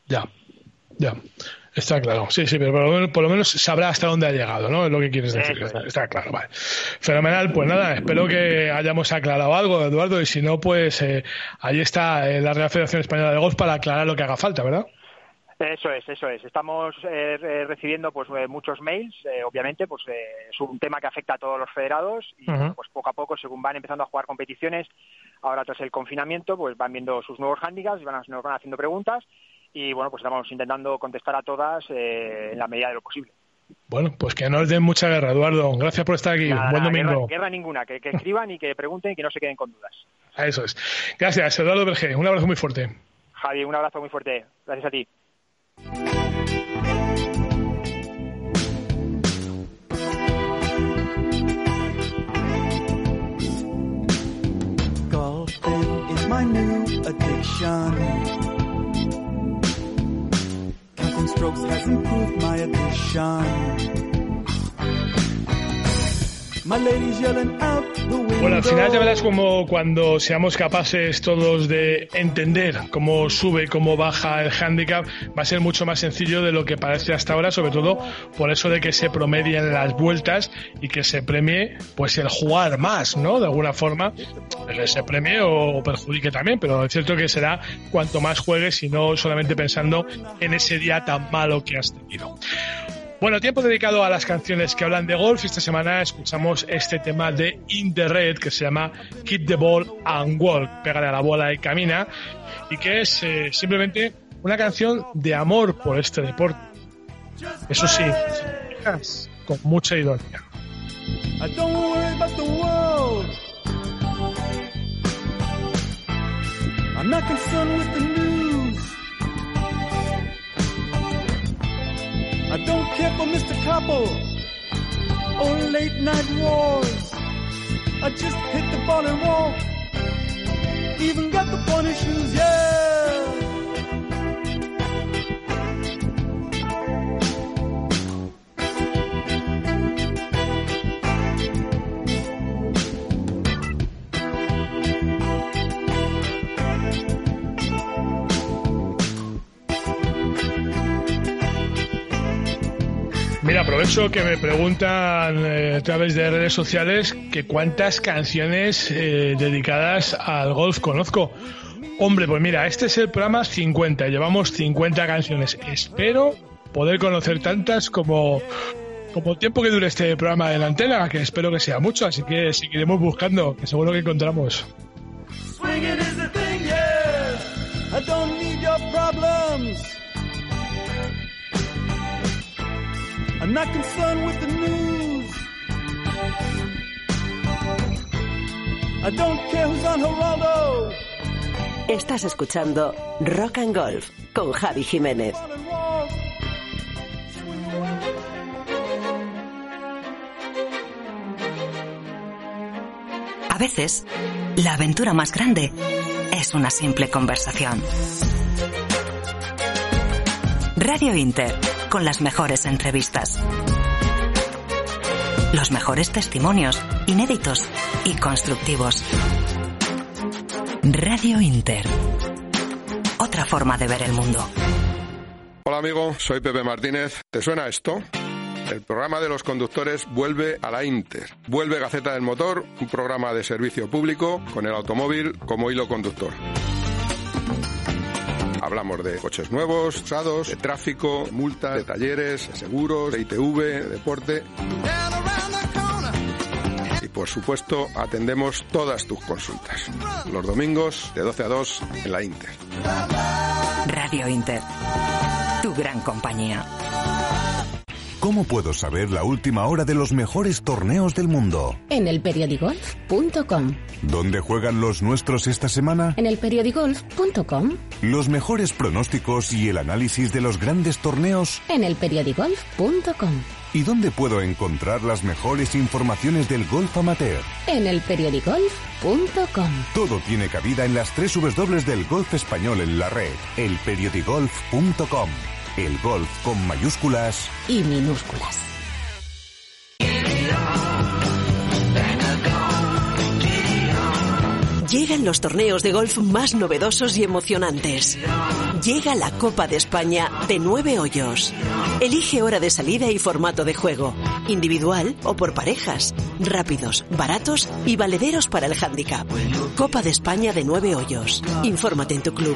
Ya, está claro. Sí, pero por lo menos sabrá hasta dónde ha llegado, ¿no? Es lo que quieres decir. Está claro, vale. Fenomenal, pues nada, espero que hayamos aclarado algo, Eduardo, y si no, pues ahí está la Real Federación Española de Golf para aclarar lo que haga falta, ¿verdad? Eso es. Estamos recibiendo pues muchos mails, obviamente, pues es un tema que afecta a todos los federados y pues poco a poco, según van empezando a jugar competiciones, ahora tras el confinamiento, pues van viendo sus nuevos handicaps y nos van haciendo preguntas. Y bueno, pues estamos intentando contestar a todas en la medida de lo posible. Bueno, pues que no os den mucha guerra, Eduardo. Gracias por estar aquí. Buen domingo. Guerra ninguna, que escriban y que pregunten y que no se queden con dudas. Eso es. Gracias, Eduardo Vergé. Un abrazo muy fuerte. Javi, un abrazo muy fuerte. Gracias a ti. Golfing is my new addiction. Strokes has improved my addiction. Bueno, al final ya verás como cuando seamos capaces todos de entender cómo sube, cómo baja el hándicap, va a ser mucho más sencillo de lo que parece hasta ahora, sobre todo por eso de que se promedien las vueltas y que se premie pues el jugar más, ¿no? De alguna forma, se premie o perjudique también, pero es cierto que será cuanto más juegues y no solamente pensando en ese día tan malo que has tenido. Bueno, tiempo dedicado a las canciones que hablan de golf. Esta semana escuchamos este tema de In the Red que se llama Hit the Ball and Walk, pégale a la bola y camina, y que es simplemente una canción de amor por este deporte. Eso sí, con mucha ironía. I'm not concerned with the news. I don't care for Mr. Koppel or late night wars. I just hit the ball and walk. Even got the bunny shoes, yeah. Mira, aprovecho que me preguntan a través de redes sociales que cuántas canciones dedicadas al golf conozco. Hombre, pues mira, este es el programa 50, llevamos 50 canciones. Espero poder conocer tantas como el tiempo que dure este programa en la antena, que espero que sea mucho, así que seguiremos buscando, que seguro que encontramos. Swinging is the thing, yeah. I don't need your problems. I'm not concerned with the news. I don't care who's on Geraldo. Estás escuchando Rock and Golf con Javi Jiménez. A veces, la aventura más grande es una simple conversación. Radio Inter, con las mejores entrevistas. Los mejores testimonios, inéditos y constructivos. Radio Inter. Otra forma de ver el mundo. Hola amigo, soy Pepe Martínez. ¿Te suena esto? El programa de los conductores vuelve a la Inter. Vuelve Gaceta del Motor, un programa de servicio público con el automóvil como hilo conductor. Hablamos de coches nuevos, usados, de tráfico, multas, de talleres, de seguros, de ITV, de deporte. Y por supuesto, atendemos todas tus consultas. Los domingos de 12 a 2 en la Inter. Radio Inter. Tu gran compañía. ¿Cómo puedo saber la última hora de los mejores torneos del mundo? En elperiodigolf.com. ¿Dónde juegan los nuestros esta semana? En elperiodigolf.com. Los mejores pronósticos y el análisis de los grandes torneos. En elperiodigolf.com. ¿Y dónde puedo encontrar las mejores informaciones del golf amateur? En elperiodigolf.com. Todo tiene cabida en las 3 W del golf español en la red. elperiodigolf.com. El golf con mayúsculas y minúsculas. Llegan los torneos de golf más novedosos y emocionantes. Llega la Copa de España de 9 hoyos. Elige hora de salida y formato de juego. Individual o por parejas. Rápidos, baratos y valederos para el hándicap. Copa de España de 9 hoyos. Infórmate en tu club.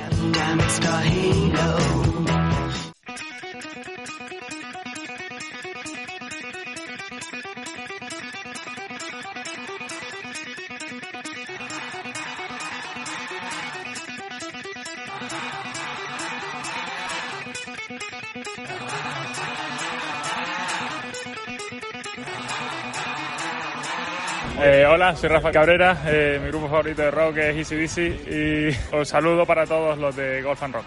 Hola, soy Rafa Cabrera, mi grupo favorito de rock es AC/DC y os saludo para todos los de Golf and Rock.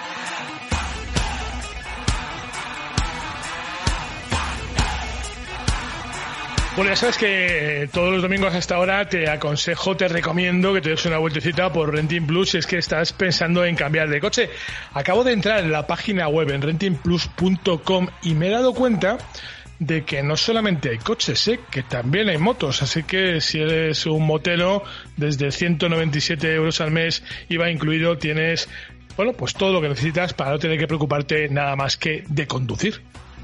Bueno, ya sabes que todos los domingos a esta hora te aconsejo, te recomiendo que te des una vueltecita por Renting Plus si es que estás pensando en cambiar de coche. Acabo de entrar en la página web en rentingplus.com y me he dado cuenta de que no solamente hay coches, que también hay motos, así que si eres un motero, desde 197 € al mes IVA incluido, tienes, bueno, pues todo lo que necesitas para no tener que preocuparte nada más que de conducir.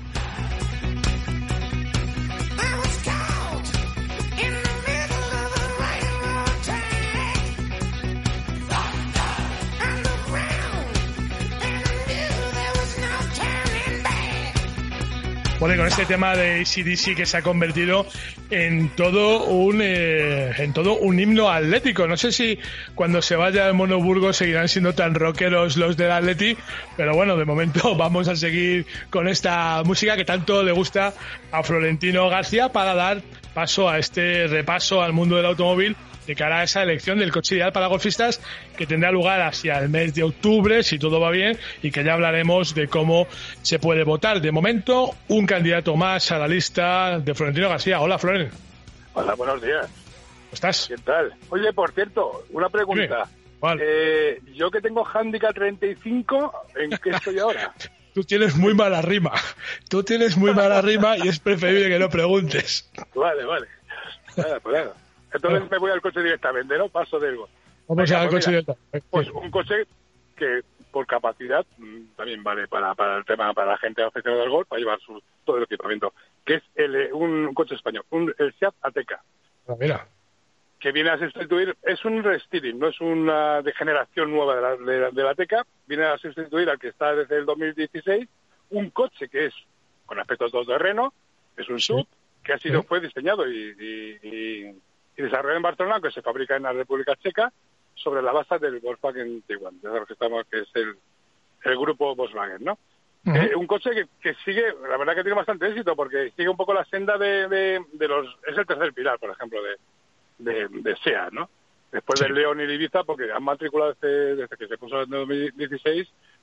Bueno, y con este tema de AC/DC que se ha convertido en todo un himno atlético. No sé si cuando se vaya al Mono Burgos seguirán siendo tan rockeros los del Atleti, pero bueno, de momento vamos a seguir con esta música que tanto le gusta a Florentino García para dar paso a este repaso al mundo del automóvil de cara a esa elección del coche ideal para golfistas que tendrá lugar hacia el mes de octubre, si todo va bien, y que ya hablaremos de cómo se puede votar. De momento, un candidato más a la lista de Florentino García. Hola, Floren. Hola, buenos días. ¿Cómo estás? ¿Qué tal? Oye, por cierto, una pregunta. Yo que tengo handicap 35, ¿en qué estoy ahora? Tú tienes muy mala rima. Y es preferible que no preguntes. Vale. Nada, pues nada. Entonces me voy al coche directamente, ¿no? Paso del golf. Vamos al coche directamente. Pues un coche que por capacidad también vale para el tema, para la gente aficionada al golf, para llevar todo el equipamiento, que es un coche español, el Seat Ateca. Mira. Que viene a sustituir, es un restyling, no es una degeneración nueva de la Ateca, viene a sustituir al que está desde el 2016, un coche que es con aspectos todoterreno, es un SUV, que fue diseñado y desarrollado en Barcelona, que se fabrica en la República Checa, sobre la base del Volkswagen Tiguan, que es el grupo Volkswagen, ¿no? Un coche que sigue, la verdad que tiene bastante éxito, porque sigue un poco la senda de los... Es el tercer pilar, por ejemplo, de SEAT, ¿no? Después del León y el Ibiza, porque han matriculado desde que se puso en 2016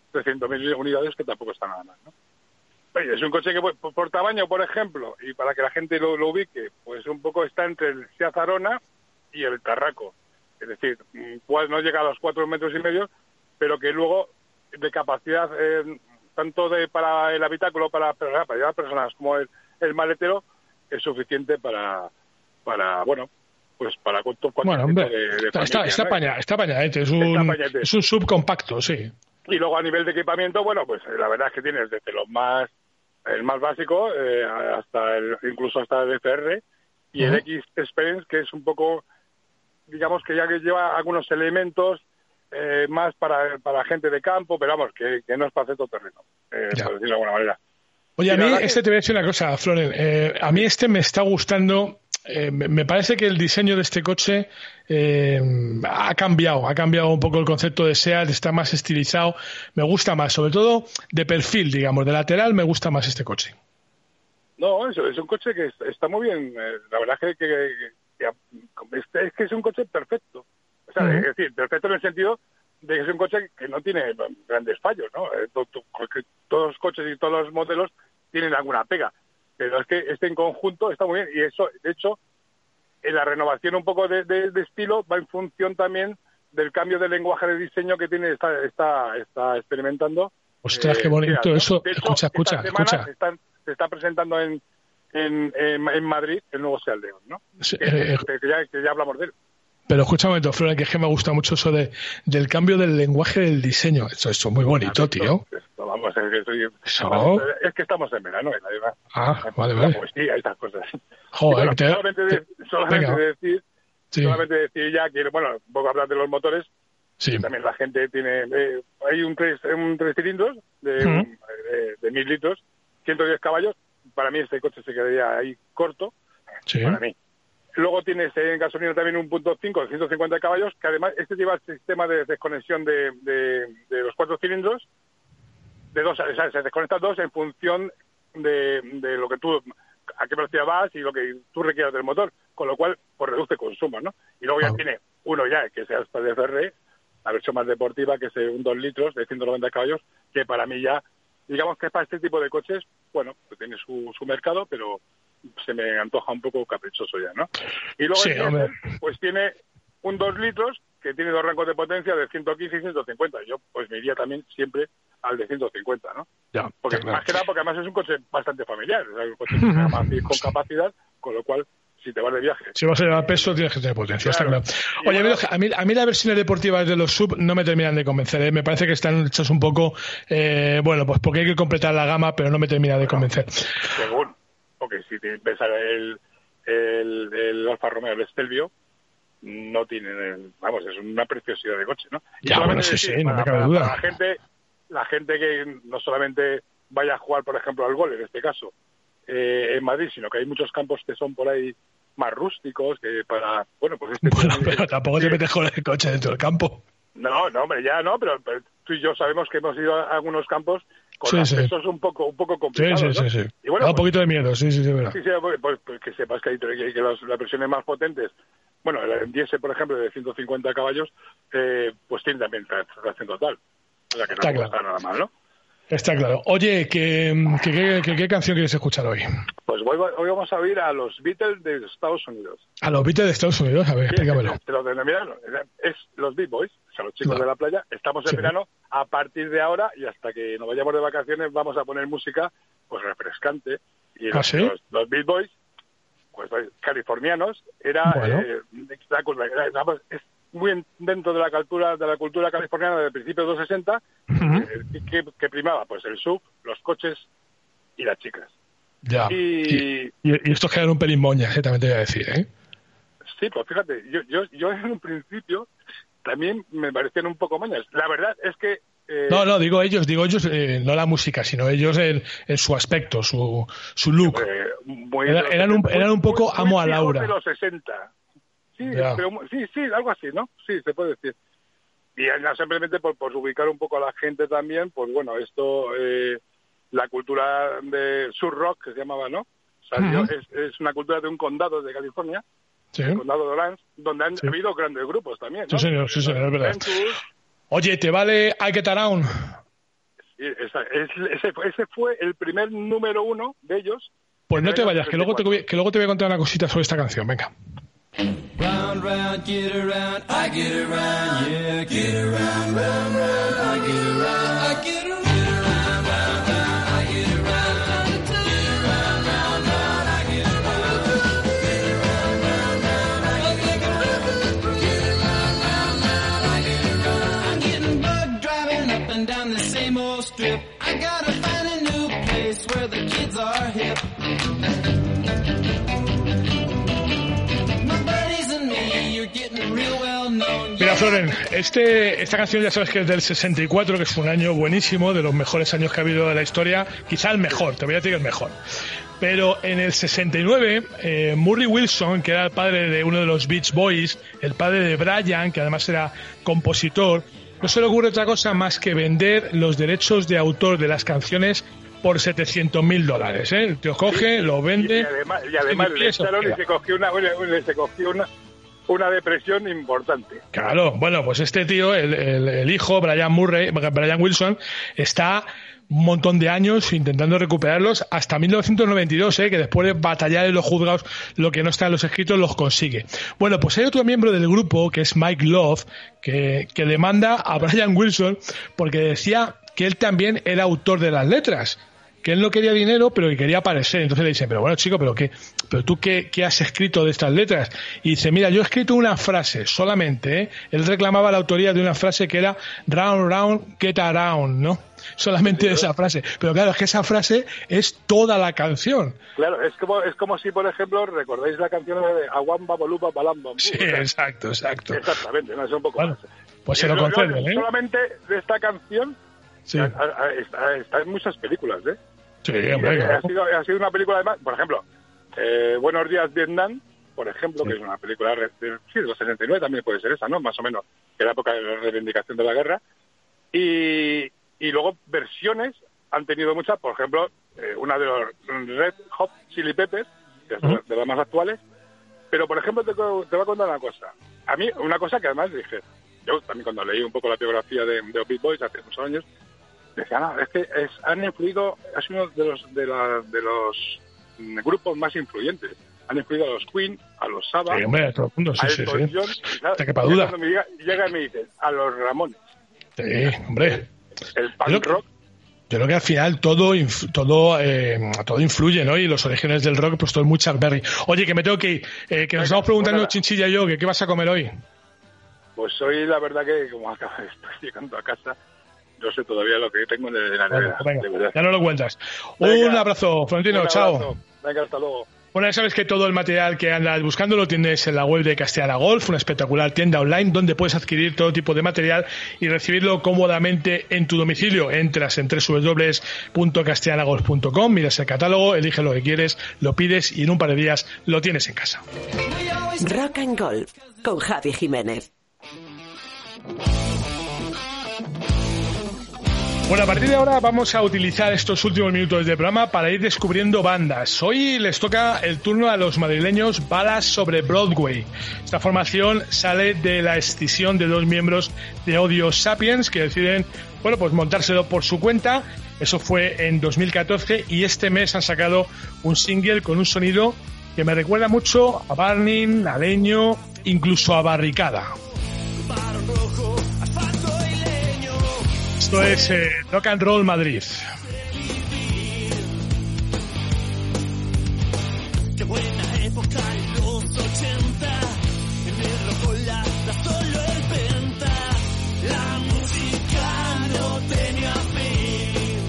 300.000 unidades, que tampoco está nada mal, ¿no? Oye, es un coche que por tamaño, por ejemplo, y para que la gente lo ubique, pues un poco está entre el Seat Arona y el Tarraco. Es decir, no llega a los 4,5 metros, pero que luego de capacidad, tanto para el habitáculo, para llevar personas como el maletero, es suficiente para bueno, pues para cualquier tipo de familia, está apañadete, es un subcompacto, sí. Y luego a nivel de equipamiento, bueno, pues la verdad es que tienes desde el más básico incluso hasta el FR y el X-Experience, que es un poco, digamos que ya que lleva algunos elementos más para gente de campo, pero vamos, que no es para hacer todo terreno, por decirlo de alguna manera. Oye, a mí te voy a decir una cosa, Floren, a mí me está gustando. Me parece que el diseño de este coche ha cambiado un poco el concepto de SEAT, está más estilizado, me gusta más, sobre todo de perfil, digamos, de lateral, me gusta más este coche. No, es un coche que está muy bien, la verdad es que es un coche perfecto, o sea, es decir, perfecto en el sentido de que es un coche que no tiene grandes fallos, ¿no? Todos los coches y todos los modelos tienen alguna pega, pero es que este en conjunto está muy bien, y eso, de hecho, en la renovación un poco de estilo va en función también del cambio de lenguaje de diseño que tiene está experimentando. Ostras, qué bonito eso. De hecho, escucha. Se está presentando en Madrid el nuevo Seat León, ¿no? Sí, que ya hablamos de él. Pero escucha un momento, Flora, que es que me gusta mucho eso del cambio del lenguaje del diseño. Eso es muy bonito, tío. Vamos, es que estamos en verano. Vale. Pues sí, hay estas cosas. Joder, solamente decir ya que, bueno, un poco hablar de los motores. Sí. También la gente tiene... hay un 3 cilindros de 1.000 litros, 110 caballos. Para mí este coche se quedaría ahí corto. Sí. Para mí. Luego tienes en gasolina también un 1.5 de 150 caballos, que además este lleva el sistema de desconexión de los 4 cilindros, de dos, o sea, se desconectan dos en función de lo que a qué velocidad vas y lo que tú requieras del motor, con lo cual pues reduce consumo, ¿no? Y luego ya tiene uno que sea hasta de FR, la versión más deportiva, que es un 2 litros de 190 caballos, que para mí ya, digamos que para este tipo de coches, bueno, pues tiene su mercado, pero se me antoja un poco caprichoso ya, ¿no? Y luego pues tiene un 2 litros que tiene 2 rangos de potencia de 115 y 150. Yo pues me iría también siempre al de 150, ¿no? Porque más que nada, porque además es un coche bastante familiar, o sea, un coche con capacidad, con lo cual si te vas de viaje. Si vas a llevar peso, tienes que tener potencia, está claro. Oye, a mí las versiones deportivas de los sub no me terminan de convencer, ¿eh? Me parece que están hechas un poco, pues porque hay que completar la gama, pero no me termina de convencer. Según, porque si te ves el Alfa Romeo, el Stelvio, no tienen, es una preciosidad de coche, ¿no? Y ya, bueno, sí, no me cabe duda. Para la gente que no solamente vaya a jugar, por ejemplo, al golf, en este caso, en Madrid, sino que hay muchos campos que son por ahí más rústicos, que para, pero tampoco te metes con el coche dentro del campo. No, hombre, ya no, pero tú y yo sabemos que hemos ido a algunos campos con accesos un poco complicados, ¿no? Sí. Y bueno, da un poquito de miedo, sí, verdad. Sí, pues que sepas que las versiones más potentes, bueno, el diésel, por ejemplo, de 150 caballos, pues tiene también tracción total. O sea, que no está nada mal, ¿no? Está claro. Oye, ¿qué canción quieres escuchar hoy? Pues hoy vamos a oír a los Beatles de Estados Unidos. ¿A los Beatles de Estados Unidos? A ver, explícamelo. Te lo denominan, es los Beat Boys, o sea, los chicos de la playa. Estamos en verano, a partir de ahora y hasta que nos vayamos de vacaciones vamos a poner música pues refrescante. Y los Beat Boys, pues californianos, es muy dentro de la cultura californiana del principio de los 60, que primaba pues el sub, los coches y las chicas. Ya. Y estos quedan un pelín moñas, también te voy a decir, ¿eh? Sí, pues fíjate, yo en un principio también me parecían un poco moñas. La verdad es que... No, digo ellos, no la música, sino ellos en su aspecto, su look. Eran un poco amo a Laura. De los 60. Sí, pero, sí, algo así, ¿no? Sí, se puede decir. Y simplemente por ubicar un poco a la gente también, pues bueno, esto, la cultura de sur rock, que se llamaba, ¿no? O sea, es una cultura de un condado de California, el condado de Orange, donde han habido grandes grupos también, ¿no? Sí, señor, es verdad. Oye, ¿te vale I Get Around? Ese fue el primer número 1 de ellos. Pues no te vayas, que luego te voy a contar una cosita sobre esta canción, venga. Round, round, get around, I get around, yeah, get around, round, round, I get around, I get around, round, round, I get around, get around, round, round, I get around, get around, round, round, I get around, get around, round, round, I get around. I'm getting bugged driving up and down the same old strip. I gotta find a new place where the kids are hip. Mira, Floren, esta canción ya sabes que es del 64, que es un año buenísimo, de los mejores años que ha habido de la historia, quizá el mejor, te voy a decir el mejor. Pero en el 69, Murray Wilson, que era el padre de uno de los Beach Boys, el padre de Brian, que además era compositor, no se le ocurre otra cosa más que vender los derechos de autor de las canciones por $700,000, ¿eh? El tío coge, lo vende... Y además le echaron y se cogió una depresión importante. Claro, bueno, pues este tío, el hijo, Brian Wilson, está un montón de años intentando recuperarlos hasta 1992, que después de batallar en los juzgados lo que no está en los escritos los consigue. Bueno, pues hay otro miembro del grupo, que es Mike Love, que demanda a Brian Wilson porque decía que él también era autor de las letras, que él no quería dinero, pero que quería aparecer. Entonces le dicen, pero bueno, chico, pero tú qué has escrito de estas letras? Y dice, mira, yo he escrito una frase solamente, ¿eh? Él reclamaba la autoría de una frase que era round, round, get around, ¿no? Solamente de esa frase. Pero claro, es que esa frase es toda la canción. Claro, es como si, por ejemplo, recordáis la canción de Aguamba, Boluba, Balamba. Sí, exacto. Exactamente, no es un poco bueno, más. Pues se lo conceden, ¿eh? Solamente de esta canción sí. está en muchas películas, ¿eh? Sí, hombre. Ha sido una película, además, por ejemplo, Buenos días, Vietnam, por ejemplo, que es una película de los 69, también puede ser esa, ¿no? Más o menos, que era la época de la reivindicación de la guerra. Y luego versiones han tenido muchas, por ejemplo, una de los Red Hot Chili Peppers, que es de las más actuales. Pero, por ejemplo, te voy a contar una cosa. A mí, una cosa que además dije, yo también cuando leí un poco la biografía de los Beach Boys hace muchos años, decía, no, es que han influido, ha sido uno de los grupos más influyentes. Han influido a los Queen, a los Sabbath, sí, hombre, a todo el mundo, a Elton John, te quepa duda. Cuando llega y me dice, a los Ramones. Sí, hombre. El punk rock. Yo creo que al final todo influye, ¿no? Y los orígenes del rock, pues todo es muy Chuck Berry. Oye, que me tengo que ir. Que nos estamos preguntando, Chinchilla y yo, que qué vas a comer hoy. Pues hoy, la verdad que como estoy llegando a casa, no sé todavía lo que tengo de la nevera. Venga, de verdad. ya no lo cuentas. Venga, un abrazo, Florentino, chao. Venga, hasta luego. Bueno, ya sabes que todo el material que andas buscando lo tienes en la web de Castellana Golf, una espectacular tienda online donde puedes adquirir todo tipo de material y recibirlo cómodamente en tu domicilio. Entras en www.castellanagolf.com, miras el catálogo, eliges lo que quieres, lo pides y en un par de días lo tienes en casa. Rock and Golf con Javi Jiménez. Bueno, a partir de ahora vamos a utilizar estos últimos minutos del programa para ir descubriendo bandas. Hoy les toca el turno a los madrileños Balas sobre Broadway. Esta formación sale de la escisión de dos miembros de Audio Sapiens que deciden, bueno, pues montárselo por su cuenta. Eso fue en 2014 y este mes han sacado un single con un sonido que me recuerda mucho a Burning, a Leño, incluso a Barricada. Esto es Rock and Roll Madrid. Qué buena época en los 80, en el rojo la solo el penta, la música no tenía fin.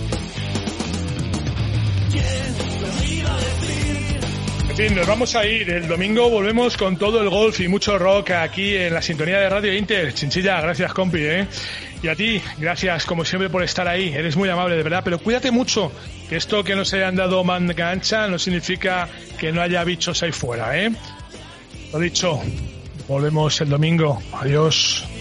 ¿Quién lo iba a decir? En fin, nos vamos a ir. El domingo volvemos con todo el golf y mucho rock aquí en la sintonía de Radio Inter. Chinchilla, gracias, compi, Y a ti, gracias como siempre por estar ahí. Eres muy amable, de verdad. Pero cuídate mucho, que esto que nos hayan dado manga ancha no significa que no haya bichos ahí fuera, Lo dicho, volvemos el domingo. Adiós.